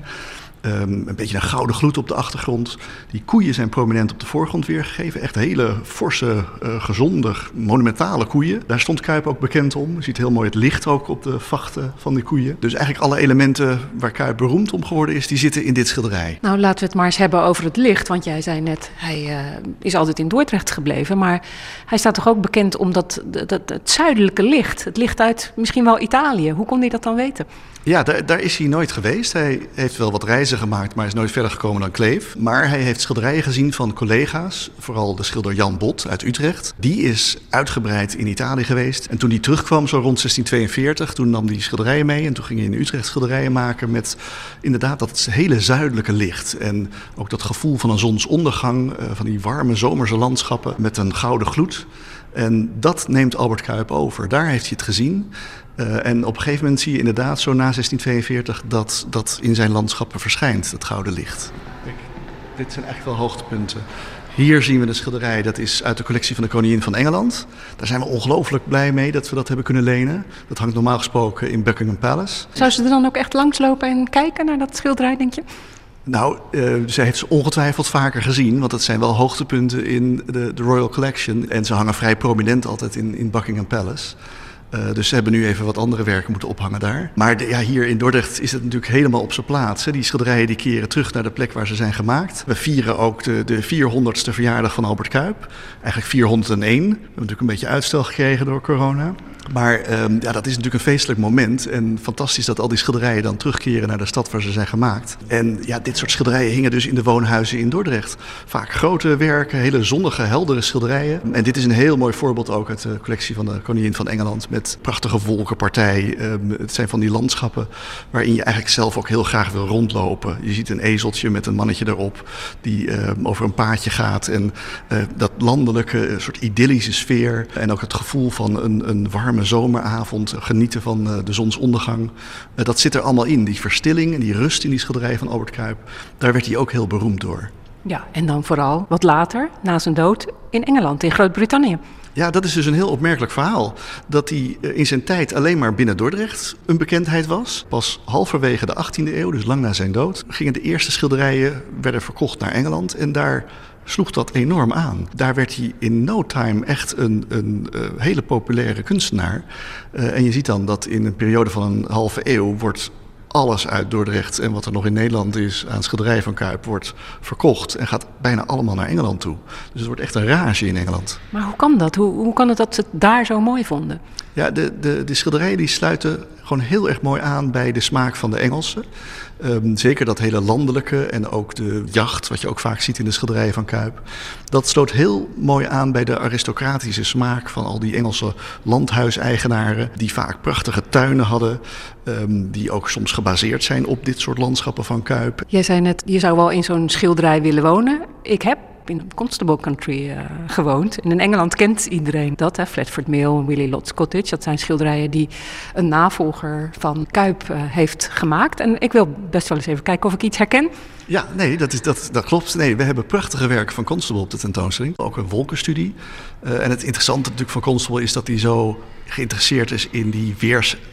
Um, een beetje een gouden gloed op de achtergrond. Die koeien zijn prominent op de voorgrond weergegeven. Echt hele forse, uh, gezonde, monumentale koeien. Daar stond Cuyp ook bekend om. Je ziet heel mooi het licht ook op de vachten van die koeien. Dus eigenlijk alle elementen waar Cuyp beroemd om geworden is, die zitten in dit schilderij. Nou, laten we het maar eens hebben over het licht. Want jij zei net, hij uh, is altijd in Dordrecht gebleven. Maar hij staat toch ook bekend om dat, dat, dat, het zuidelijke licht. Het licht uit misschien wel Italië. Hoe kon hij dat dan weten? Ja, daar, daar is hij nooit geweest. Hij heeft wel wat reizen gemaakt, maar is nooit verder gekomen dan Kleef. Maar hij heeft schilderijen gezien van collega's, vooral de schilder Jan Bot uit Utrecht. Die is uitgebreid in Italië geweest. En toen hij terugkwam, zo rond zestien tweeënveertig, toen nam hij schilderijen mee. En toen ging hij in Utrecht schilderijen maken met inderdaad dat hele zuidelijke licht. En ook dat gevoel van een zonsondergang, van die warme zomerse landschappen met een gouden gloed. En dat neemt Albert Cuyp over. Daar heeft hij het gezien. Uh, en op een gegeven moment zie je inderdaad zo na zestien tweeënveertig dat dat in zijn landschappen verschijnt, dat gouden licht. Kijk, dit zijn echt wel hoogtepunten. Hier zien we de schilderij, dat is uit de collectie van de koningin van Engeland. Daar zijn we ongelooflijk blij mee dat we dat hebben kunnen lenen. Dat hangt normaal gesproken in Buckingham Palace. Zou ze er dan ook echt langslopen en kijken naar dat schilderij, denk je? Nou, uh, zij heeft ze ongetwijfeld vaker gezien, want dat zijn wel hoogtepunten in de, de Royal Collection. En ze hangen vrij prominent altijd in, in Buckingham Palace. Uh, dus ze hebben nu even wat andere werken moeten ophangen daar. Maar de, ja, hier in Dordrecht is het natuurlijk helemaal op zijn plaats. Hè. Die schilderijen die keren terug naar de plek waar ze zijn gemaakt. We vieren ook de, de vierhonderdste verjaardag van Albert Cuyp. Eigenlijk vierhonderdéén. We hebben natuurlijk een beetje uitstel gekregen door corona. Maar um, ja, dat is natuurlijk een feestelijk moment. En fantastisch dat al die schilderijen dan terugkeren naar de stad waar ze zijn gemaakt. En ja, dit soort schilderijen hingen dus in de woonhuizen in Dordrecht. Vaak grote werken, hele zonnige, heldere schilderijen. En dit is een heel mooi voorbeeld ook uit de collectie van de koningin van Engeland. Met prachtige wolkenpartij. Um, het zijn van die landschappen waarin je eigenlijk zelf ook heel graag wil rondlopen. Je ziet een ezeltje met een mannetje erop die um, over een paadje gaat. En uh, dat landelijke, soort idyllische sfeer. En ook het gevoel van een, een warme zomeravond, genieten van uh, de zonsondergang. Uh, dat zit er allemaal in. Die verstilling en die rust in die schilderij van Albert Cuyp. Daar werd hij ook heel beroemd door. Ja, en dan vooral wat later, na zijn dood, in Engeland, in Groot-Brittannië. Ja, dat is dus een heel opmerkelijk verhaal. Dat hij in zijn tijd alleen maar binnen Dordrecht een bekendheid was. Pas halverwege de achttiende eeuw, dus lang na zijn dood, gingen de eerste schilderijen werden verkocht naar Engeland. En daar sloeg dat enorm aan. Daar werd hij in no time echt een, een uh, hele populaire kunstenaar. Uh, en je ziet dan dat in een periode van een halve eeuw wordt alles uit Dordrecht en wat er nog in Nederland is aan schilderijen van Cuyp wordt verkocht en gaat bijna allemaal naar Engeland toe. Dus het wordt echt een rage in Engeland. Maar hoe kan dat? Hoe, hoe kan het dat ze het daar zo mooi vonden? Ja, de, de, de schilderijen die sluiten gewoon heel erg mooi aan bij de smaak van de Engelsen. Um, zeker dat hele landelijke en ook de jacht, wat je ook vaak ziet in de schilderijen van Cuyp. Dat sloot heel mooi aan bij de aristocratische smaak van al die Engelse landhuiseigenaren. Die vaak prachtige tuinen hadden, um, die ook soms gebaseerd zijn op dit soort landschappen van Cuyp. Jij zei net, je zou wel in zo'n schilderij willen wonen. Ik heb in Constable Country uh, gewoond. En in Engeland kent iedereen dat, hè? Flatford Mill, Willie Lott's Cottage. Dat zijn schilderijen die een navolger van Cuyp uh, heeft gemaakt. En ik wil best wel eens even kijken of ik iets herken. Ja, nee, dat, is, dat, dat klopt. Nee, we hebben prachtige werken van Constable op de tentoonstelling. Ook een wolkenstudie. Uh, en het interessante natuurlijk van Constable is dat hij zo geïnteresseerd is in die weers,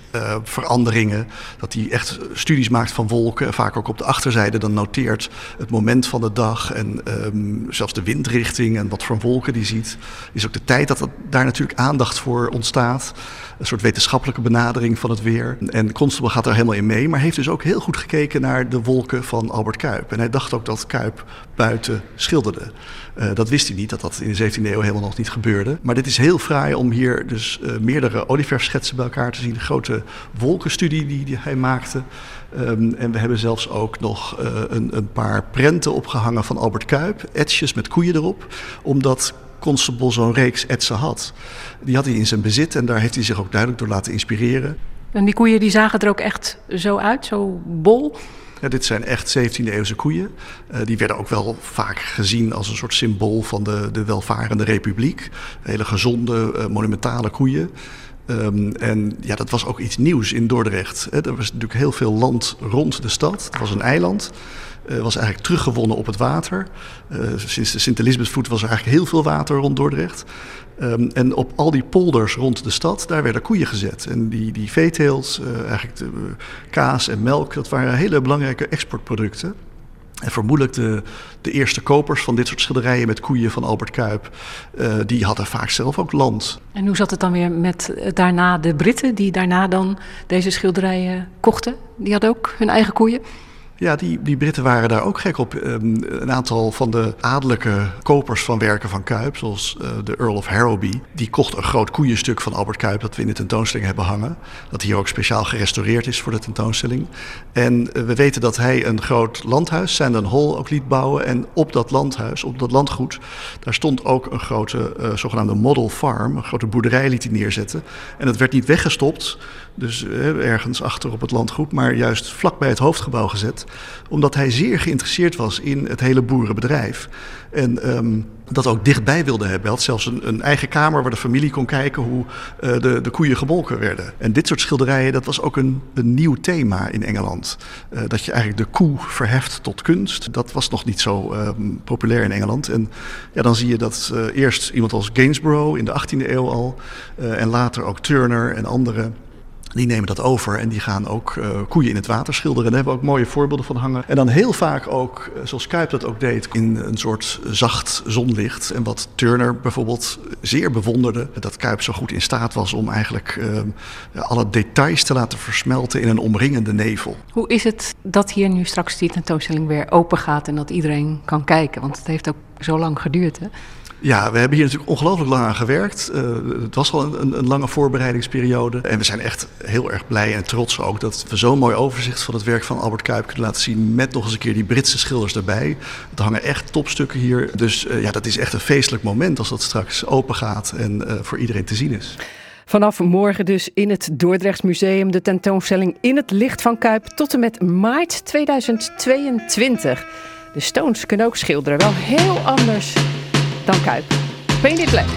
uh, veranderingen. Dat hij echt studies maakt van wolken. Vaak ook op de achterzijde dan noteert het moment van de dag. En um, zelfs de windrichting en wat voor wolken die ziet. Is ook de tijd dat er daar natuurlijk aandacht voor ontstaat. Een soort wetenschappelijke benadering van het weer. En Constable gaat er helemaal in mee. Maar heeft dus ook heel goed gekeken naar de wolken van Albert Kuip. En hij dacht ook dat Kuip buiten schilderde. Uh, dat wist hij niet, dat dat in de zeventiende eeuw helemaal nog niet gebeurde. Maar dit is heel fraai om hier dus uh, meerdere olieverfschetsen bij elkaar te zien. De grote wolkenstudie die, die hij maakte. Um, en we hebben zelfs ook nog uh, een, een paar prenten opgehangen van Albert Kuip. Etsjes met koeien erop. Omdat Constable zo'n reeks etsen had. Die had hij in zijn bezit en daar heeft hij zich ook duidelijk door laten inspireren. En die koeien die zagen er ook echt zo uit, zo bol? Ja, dit zijn echt zeventiende eeuwse koeien. Uh, die werden ook wel vaak gezien als een soort symbool van de, de welvarende republiek. Hele gezonde, uh, monumentale koeien. Um, en ja, dat was ook iets nieuws in Dordrecht. He, er was natuurlijk heel veel land rond de stad. Het was een eiland. Uh, was eigenlijk teruggewonnen op het water. Uh, sinds de Sint-Elisabethsvloed was er eigenlijk heel veel water rond Dordrecht. Um, en op al die polders rond de stad, daar werden koeien gezet. En die, die veeteelt, uh, eigenlijk de, uh, kaas en melk, dat waren hele belangrijke exportproducten. En vermoedelijk de, de eerste kopers van dit soort schilderijen met koeien van Albert Kuip, uh, die hadden vaak zelf ook land. En hoe zat het dan weer met uh, daarna de Britten, die daarna dan deze schilderijen kochten? Die hadden ook hun eigen koeien? Ja, die, die Britten waren daar ook gek op. Um, een aantal van de adellijke kopers van werken van Kuip, zoals uh, de Earl of Harrowby, die kocht een groot koeienstuk van Albert Kuip dat we in de tentoonstelling hebben hangen. Dat hier ook speciaal gerestaureerd is voor de tentoonstelling. En uh, we weten dat hij een groot landhuis, Sandon Hall, ook liet bouwen. En op dat landhuis, op dat landgoed, daar stond ook een grote uh, zogenaamde model farm, een grote boerderij liet hij neerzetten. En dat werd niet weggestopt, dus uh, ergens achter op het landgoed, maar juist vlak bij het hoofdgebouw gezet. Omdat hij zeer geïnteresseerd was in het hele boerenbedrijf. En um, dat ook dichtbij wilde hebben. Hij had zelfs een, een eigen kamer waar de familie kon kijken hoe uh, de, de koeien gemolken werden. En dit soort schilderijen, dat was ook een, een nieuw thema in Engeland. Uh, dat je eigenlijk de koe verheft tot kunst. Dat was nog niet zo um, populair in Engeland. En ja, dan zie je dat uh, eerst iemand als Gainsborough in de achttiende eeuw al. Uh, en later ook Turner en anderen. Die nemen dat over en die gaan ook uh, koeien in het water schilderen. Daar hebben we ook mooie voorbeelden van hangen. En dan heel vaak ook, zoals Kuip dat ook deed, in een soort zacht zonlicht. En wat Turner bijvoorbeeld zeer bewonderde, dat Kuip zo goed in staat was om eigenlijk uh, alle details te laten versmelten in een omringende nevel. Hoe is het dat hier nu straks die tentoonstelling weer open gaat en dat iedereen kan kijken? Want het heeft ook zo lang geduurd, hè? Ja, we hebben hier natuurlijk ongelooflijk lang aan gewerkt. Uh, het was al een, een lange voorbereidingsperiode. En we zijn echt heel erg blij en trots ook dat we zo'n mooi overzicht van het werk van Albert Kuip kunnen laten zien. Met nog eens een keer die Britse schilders erbij. Er hangen echt topstukken hier. Dus uh, ja, dat is echt een feestelijk moment als dat straks open gaat en uh, voor iedereen te zien is. Vanaf morgen dus in het Dordrechts Museum de tentoonstelling In het licht van Kuip tot en met maart tweeduizend tweeëntwintig. De Stones kunnen ook schilderen, wel heel anders dan Kuip. Painted Black.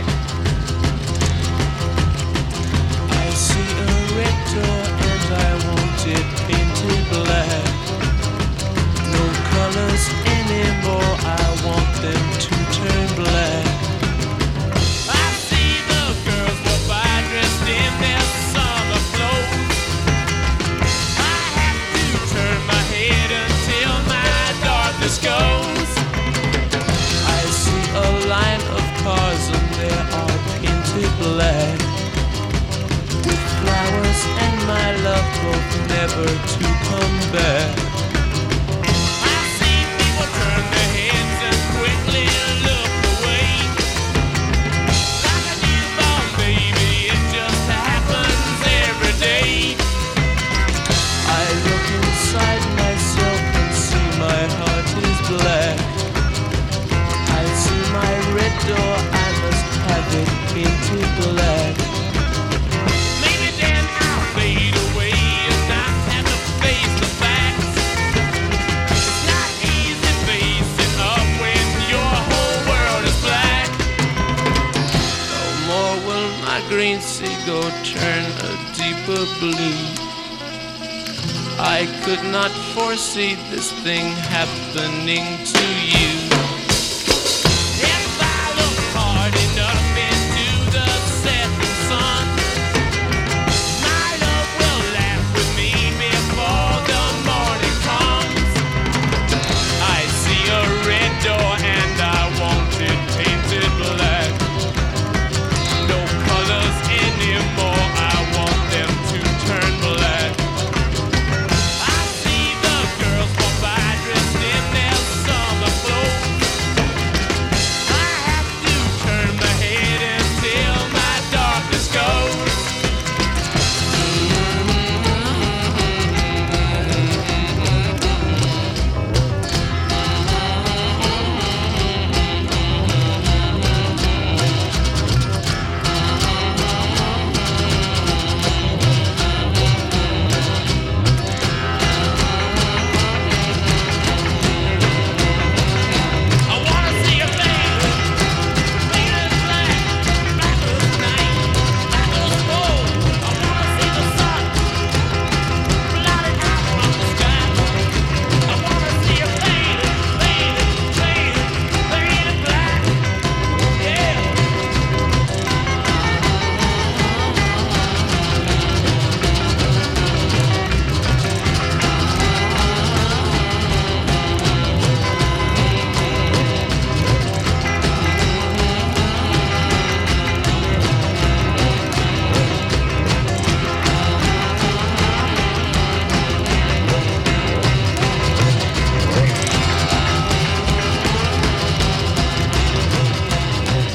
I see a red door and I want it painted black. No colors anymore, I want them to turn black. I see the girls go by dressed in their summer clothes. I have to turn my head until my darkness goes. A line of cars and they are painted black, with flowers and my love both never to come back. I see people turn their heads and quickly look away. Like a newborn baby, it just happens every day. I look inside myself and see my heart is black. My red door, I must have it painted black. Maybe then I'll fade away and not have to face the facts. It's not easy facing up when your whole world is black. No more will my green seagull turn a deeper blue. I could not foresee this thing happening to you.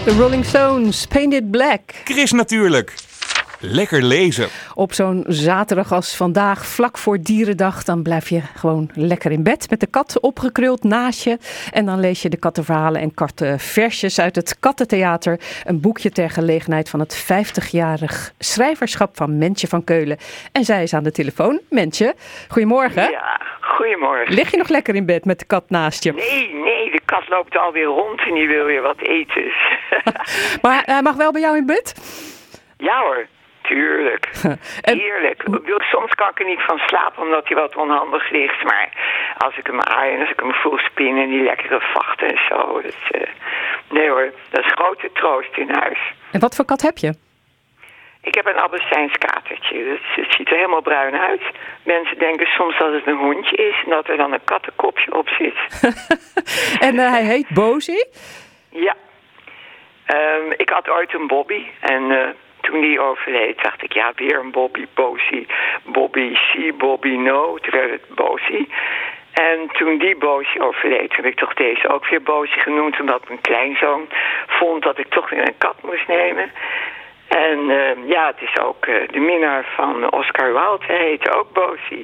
De Rolling Stones, Painted Black. Chris natuurlijk. Lekker lezen. Op zo'n zaterdag als vandaag, vlak voor Dierendag, dan blijf je gewoon lekker in bed met de kat opgekruld naast je. En dan lees je de kattenverhalen en kattenversjes uit het Kattentheater. Een boekje ter gelegenheid van het vijftigjarig schrijverschap van Mentje van Keulen. En zij is aan de telefoon. Mentje, goedemorgen. Ja, goedemorgen. Lig je nog lekker in bed met de kat naast je? Nee, nee, de kat loopt alweer rond en die wil weer wat eten. Maar hij mag wel bij jou in bed? Ja hoor. Tuurlijk. Heerlijk. Ik bedoel, soms kan ik er niet van slapen omdat hij wat onhandig ligt. Maar als ik hem aai en als ik hem voel spinnen en die lekkere vachten en zo. Dat, uh, nee hoor, dat is grote troost in huis. En wat voor kat heb je? Ik heb een Abessijnskatertje. Het, het ziet er helemaal bruin uit. Mensen denken soms dat het een hondje is en dat er dan een kattenkopje op zit. En uh, hij heet Bozy? Ja. Um, ik had ooit een Bobby en... Uh, Toen die overleed, dacht ik, ja, weer een Bobby, Bozy, Bobby, C, Bobby, no. Toen werd het Bozy. En toen die Bozy overleed, heb ik toch deze ook weer Bozy genoemd. Omdat mijn kleinzoon vond dat ik toch weer een kat moest nemen. En uh, ja, het is ook uh, de minnaar van Oscar Wilde, hij heette ook Bozy.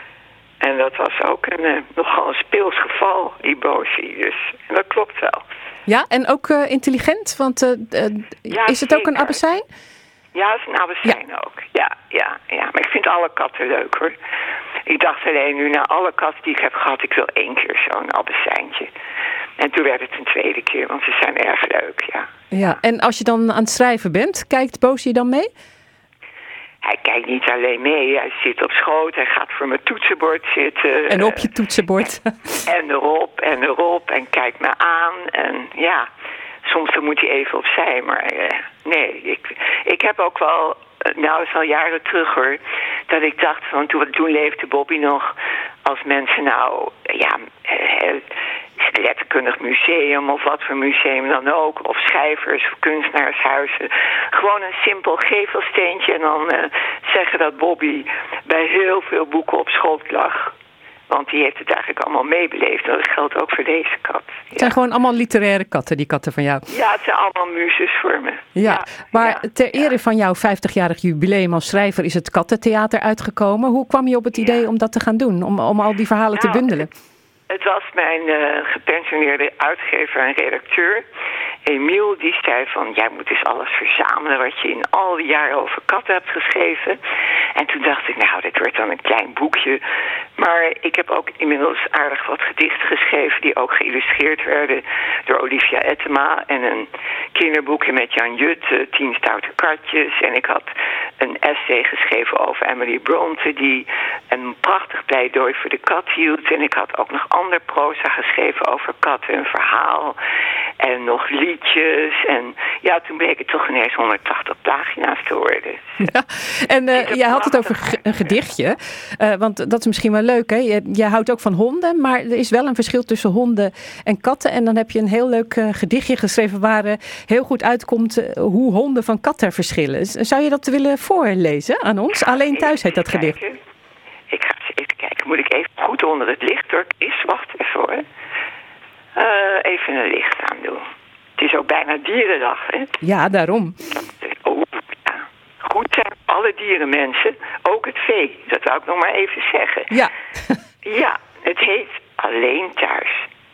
En dat was ook een, uh, nogal een speels geval, die Bozy. Dus en dat klopt wel. Ja, en ook uh, intelligent, want uh, uh, ja, is het zeker. ook een Abessijn? Ja, dat is een Abessijn ja. ook. Ja, ja, ja. Maar ik vind alle katten leuk hoor. Ik dacht alleen nu, na alle katten die ik heb gehad, ik wil één keer zo'n Abessijntje. En toen werd het een tweede keer, want ze zijn erg leuk, ja. Ja, en als je dan aan het schrijven bent, kijkt Bozy dan mee? Hij kijkt niet alleen mee, hij zit op schoot, hij gaat voor mijn toetsenbord zitten. En op je toetsenbord. En erop, en erop, en kijkt me aan. En ja, soms dan moet hij even opzij, maar uh, nee. Ik, ik heb ook wel, nou het is al jaren terug hoor, dat ik dacht van toen, toen leefde Bobby nog, als mensen nou, ja, uh, letterkundig museum of wat voor museum dan ook, of schrijvers of kunstenaarshuizen, gewoon een simpel gevelsteentje en dan uh, zeggen dat Bobby bij heel veel boeken op schoot lag. Want die heeft het eigenlijk allemaal meebeleefd. En dat geldt ook voor deze kat. Ja. Het zijn gewoon allemaal literaire katten, die katten van jou. Ja, het zijn allemaal muses voor me. Ja, ja maar ja, ter ere ja. van jouw vijftigjarig jubileum als schrijver is het Kattentheater uitgekomen. Hoe kwam je op het idee ja. om dat te gaan doen? Om, om al die verhalen nou, te bundelen? Het was mijn uh, gepensioneerde uitgever en redacteur, Emiel, die zei van, jij moet eens alles verzamelen wat je in al die jaren over katten hebt geschreven. En toen dacht ik, nou, dit wordt dan een klein boekje. Maar ik heb ook inmiddels aardig wat gedichten geschreven die ook geïllustreerd werden door Olivia Ettema. En een kinderboekje met Jan Jut, uh, Tien stoute katjes. En ik had een essay geschreven over Emily Bronte, die een prachtig pleidooi voor de kat hield. En ik had ook nog ander proza geschreven over katten, een verhaal en nog liedjes. En ja, toen bleek het toch ineens honderdtachtig pagina's te worden. Ja, en uh, jij had het over ge- een gedichtje, uh, want dat is misschien wel leuk, hè? Je, jij houdt ook van honden, maar er is wel een verschil tussen honden en katten. En dan heb je een heel leuk uh, gedichtje geschreven waar uh, heel goed uitkomt uh, hoe honden van katten verschillen. Zou je dat willen voorlezen aan ons? Alleen thuis heet dat gedicht. Kijken. Ik ga eens even kijken. Moet ik even goed onder het licht door? Is, wacht even hoor. Uh, even een licht aan doen. Het is ook bijna dierendag, hè? Ja, daarom. Oh, ja. Goed zijn alle dieren, mensen. Ook het vee. Dat wou ik nog maar even zeggen. Ja. Ja, het heet Alleen thuis.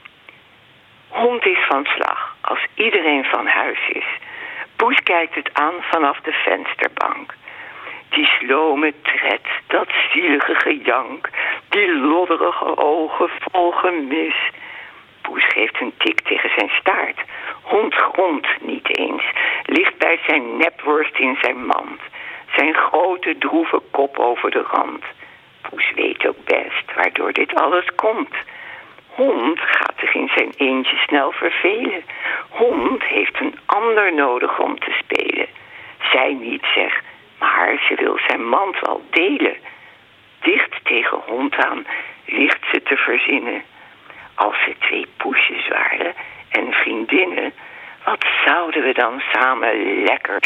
Hond is van slag als iedereen van huis is. Poes kijkt het aan vanaf de vensterbank. Die slome tred, dat zielige gejank, die lodderige ogen vol gemis. Poes geeft een tik tegen zijn staart. Hond grondt niet eens, ligt bij zijn nepworst in zijn mand. Zijn grote droeve kop over de rand. Poes weet ook best waardoor dit alles komt. Hond gaat zich in zijn eentje snel vervelen. Hond heeft een ander nodig om te spelen. Zij niet, zeg, maar ze wil zijn mand wel delen. Dicht tegen hond aan ligt ze te verzinnen. Als ze twee poesjes waren en vriendinnen, wat zouden we dan samen lekker spelen?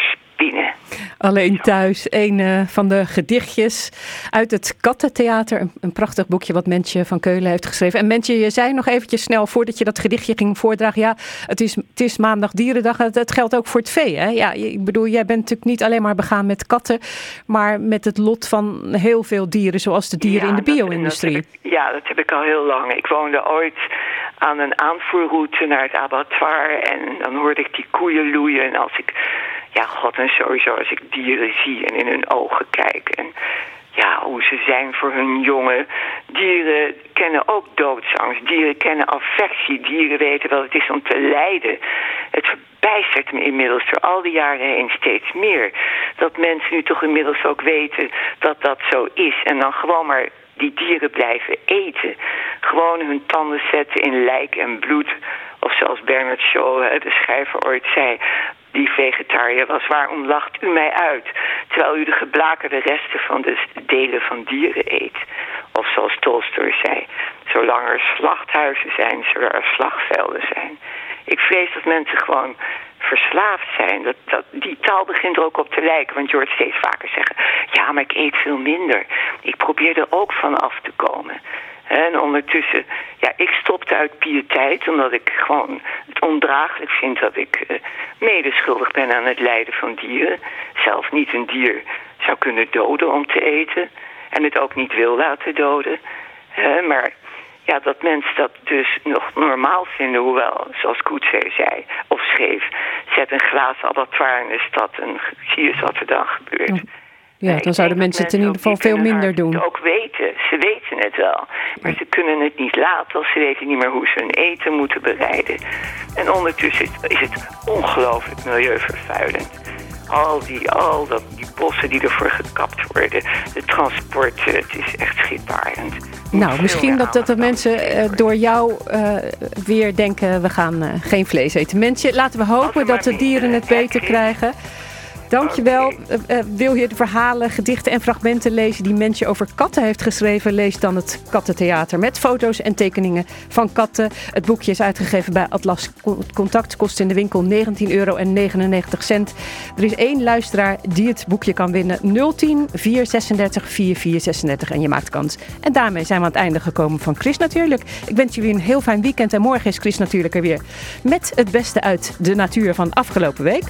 binnen. Alleen thuis, een uh, van de gedichtjes uit het Kattentheater. Een, een prachtig boekje wat Mentje van Keulen heeft geschreven. En Mentje, je zei nog eventjes snel voordat je dat gedichtje ging voordragen. Ja, het is, het is maandag dierendag. Het, het geldt ook voor het vee. Hè? Ja, ik bedoel, jij bent natuurlijk niet alleen maar begaan met katten, maar met het lot van heel veel dieren, zoals de dieren ja, in de bio-industrie. Dat, dat ik, ja, dat heb ik al heel lang. Ik woonde ooit aan een aanvoerroute naar het abattoir en dan hoorde ik die koeien loeien. En als ik, ja god, en sowieso als ik dieren zie en in hun ogen kijk en ja, hoe ze zijn voor hun jongen. Dieren kennen ook doodsangst. Dieren kennen affectie. Dieren weten wat het is om te lijden. Het verbijstert me inmiddels door al die jaren heen steeds meer. Dat mensen nu toch inmiddels ook weten dat dat zo is. En dan gewoon maar die dieren blijven eten. Gewoon hun tanden zetten in lijk en bloed. Of zoals Bernard Shaw, de schrijver, ooit zei, die vegetariër was, waarom lacht u mij uit? Terwijl u de geblakerde resten van de delen van dieren eet. Of zoals Tolstoy zei, zolang er slachthuizen zijn, zullen er slagvelden zijn. Ik vrees dat mensen gewoon verslaafd zijn. Dat, dat, die taal begint er ook op te lijken. Want je hoort steeds vaker zeggen, ja, maar ik eet veel minder. Ik probeer er ook van af te komen. En ondertussen, ja, ik stopte uit piëteit, omdat ik gewoon het ondraaglijk vind dat ik uh, medeschuldig ben aan het lijden van dieren. Zelf niet een dier zou kunnen doden om te eten en het ook niet wil laten doden. Uh, maar ja, dat mensen dat dus nog normaal vinden, hoewel, zoals Coetzee zei of schreef, zet een glazen abattoir in de stad en zie je wat er dan gebeurt. Ja, dan zouden mensen het in ieder geval veel minder doen. Ook weten, ze weten het wel. Maar ze kunnen het niet laten of ze weten niet meer hoe ze hun eten moeten bereiden. En ondertussen is het ongelooflijk milieuvervuilend. Al die, al dat, die bossen die ervoor gekapt worden, de transporten, het is echt schrikbarend. Nou, misschien dat, dat de mensen uh, door jou uh, weer denken, we gaan uh, geen vlees eten. Mensen, laten we hopen dat de dieren het beter krijgen. Dankjewel. Okay. Uh, uh, wil je de verhalen, gedichten en fragmenten lezen die Mentje over katten heeft geschreven? Lees dan het Kattentheater met foto's en tekeningen van katten. Het boekje is uitgegeven bij Atlas Contact. Kost in de winkel negentien euro en negenennegentig cent. Er is één luisteraar die het boekje kan winnen. nul tien, vier zesendertig, vier vier zesendertig en je maakt kans. En daarmee zijn we aan het einde gekomen van Chris Natuurlijk. Ik wens jullie een heel fijn weekend en morgen is Chris Natuurlijk er weer met het beste uit de natuur van afgelopen week.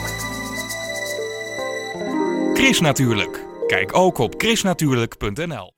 Chris Natuurlijk. Kijk ook op chris natuurlijk punt n l.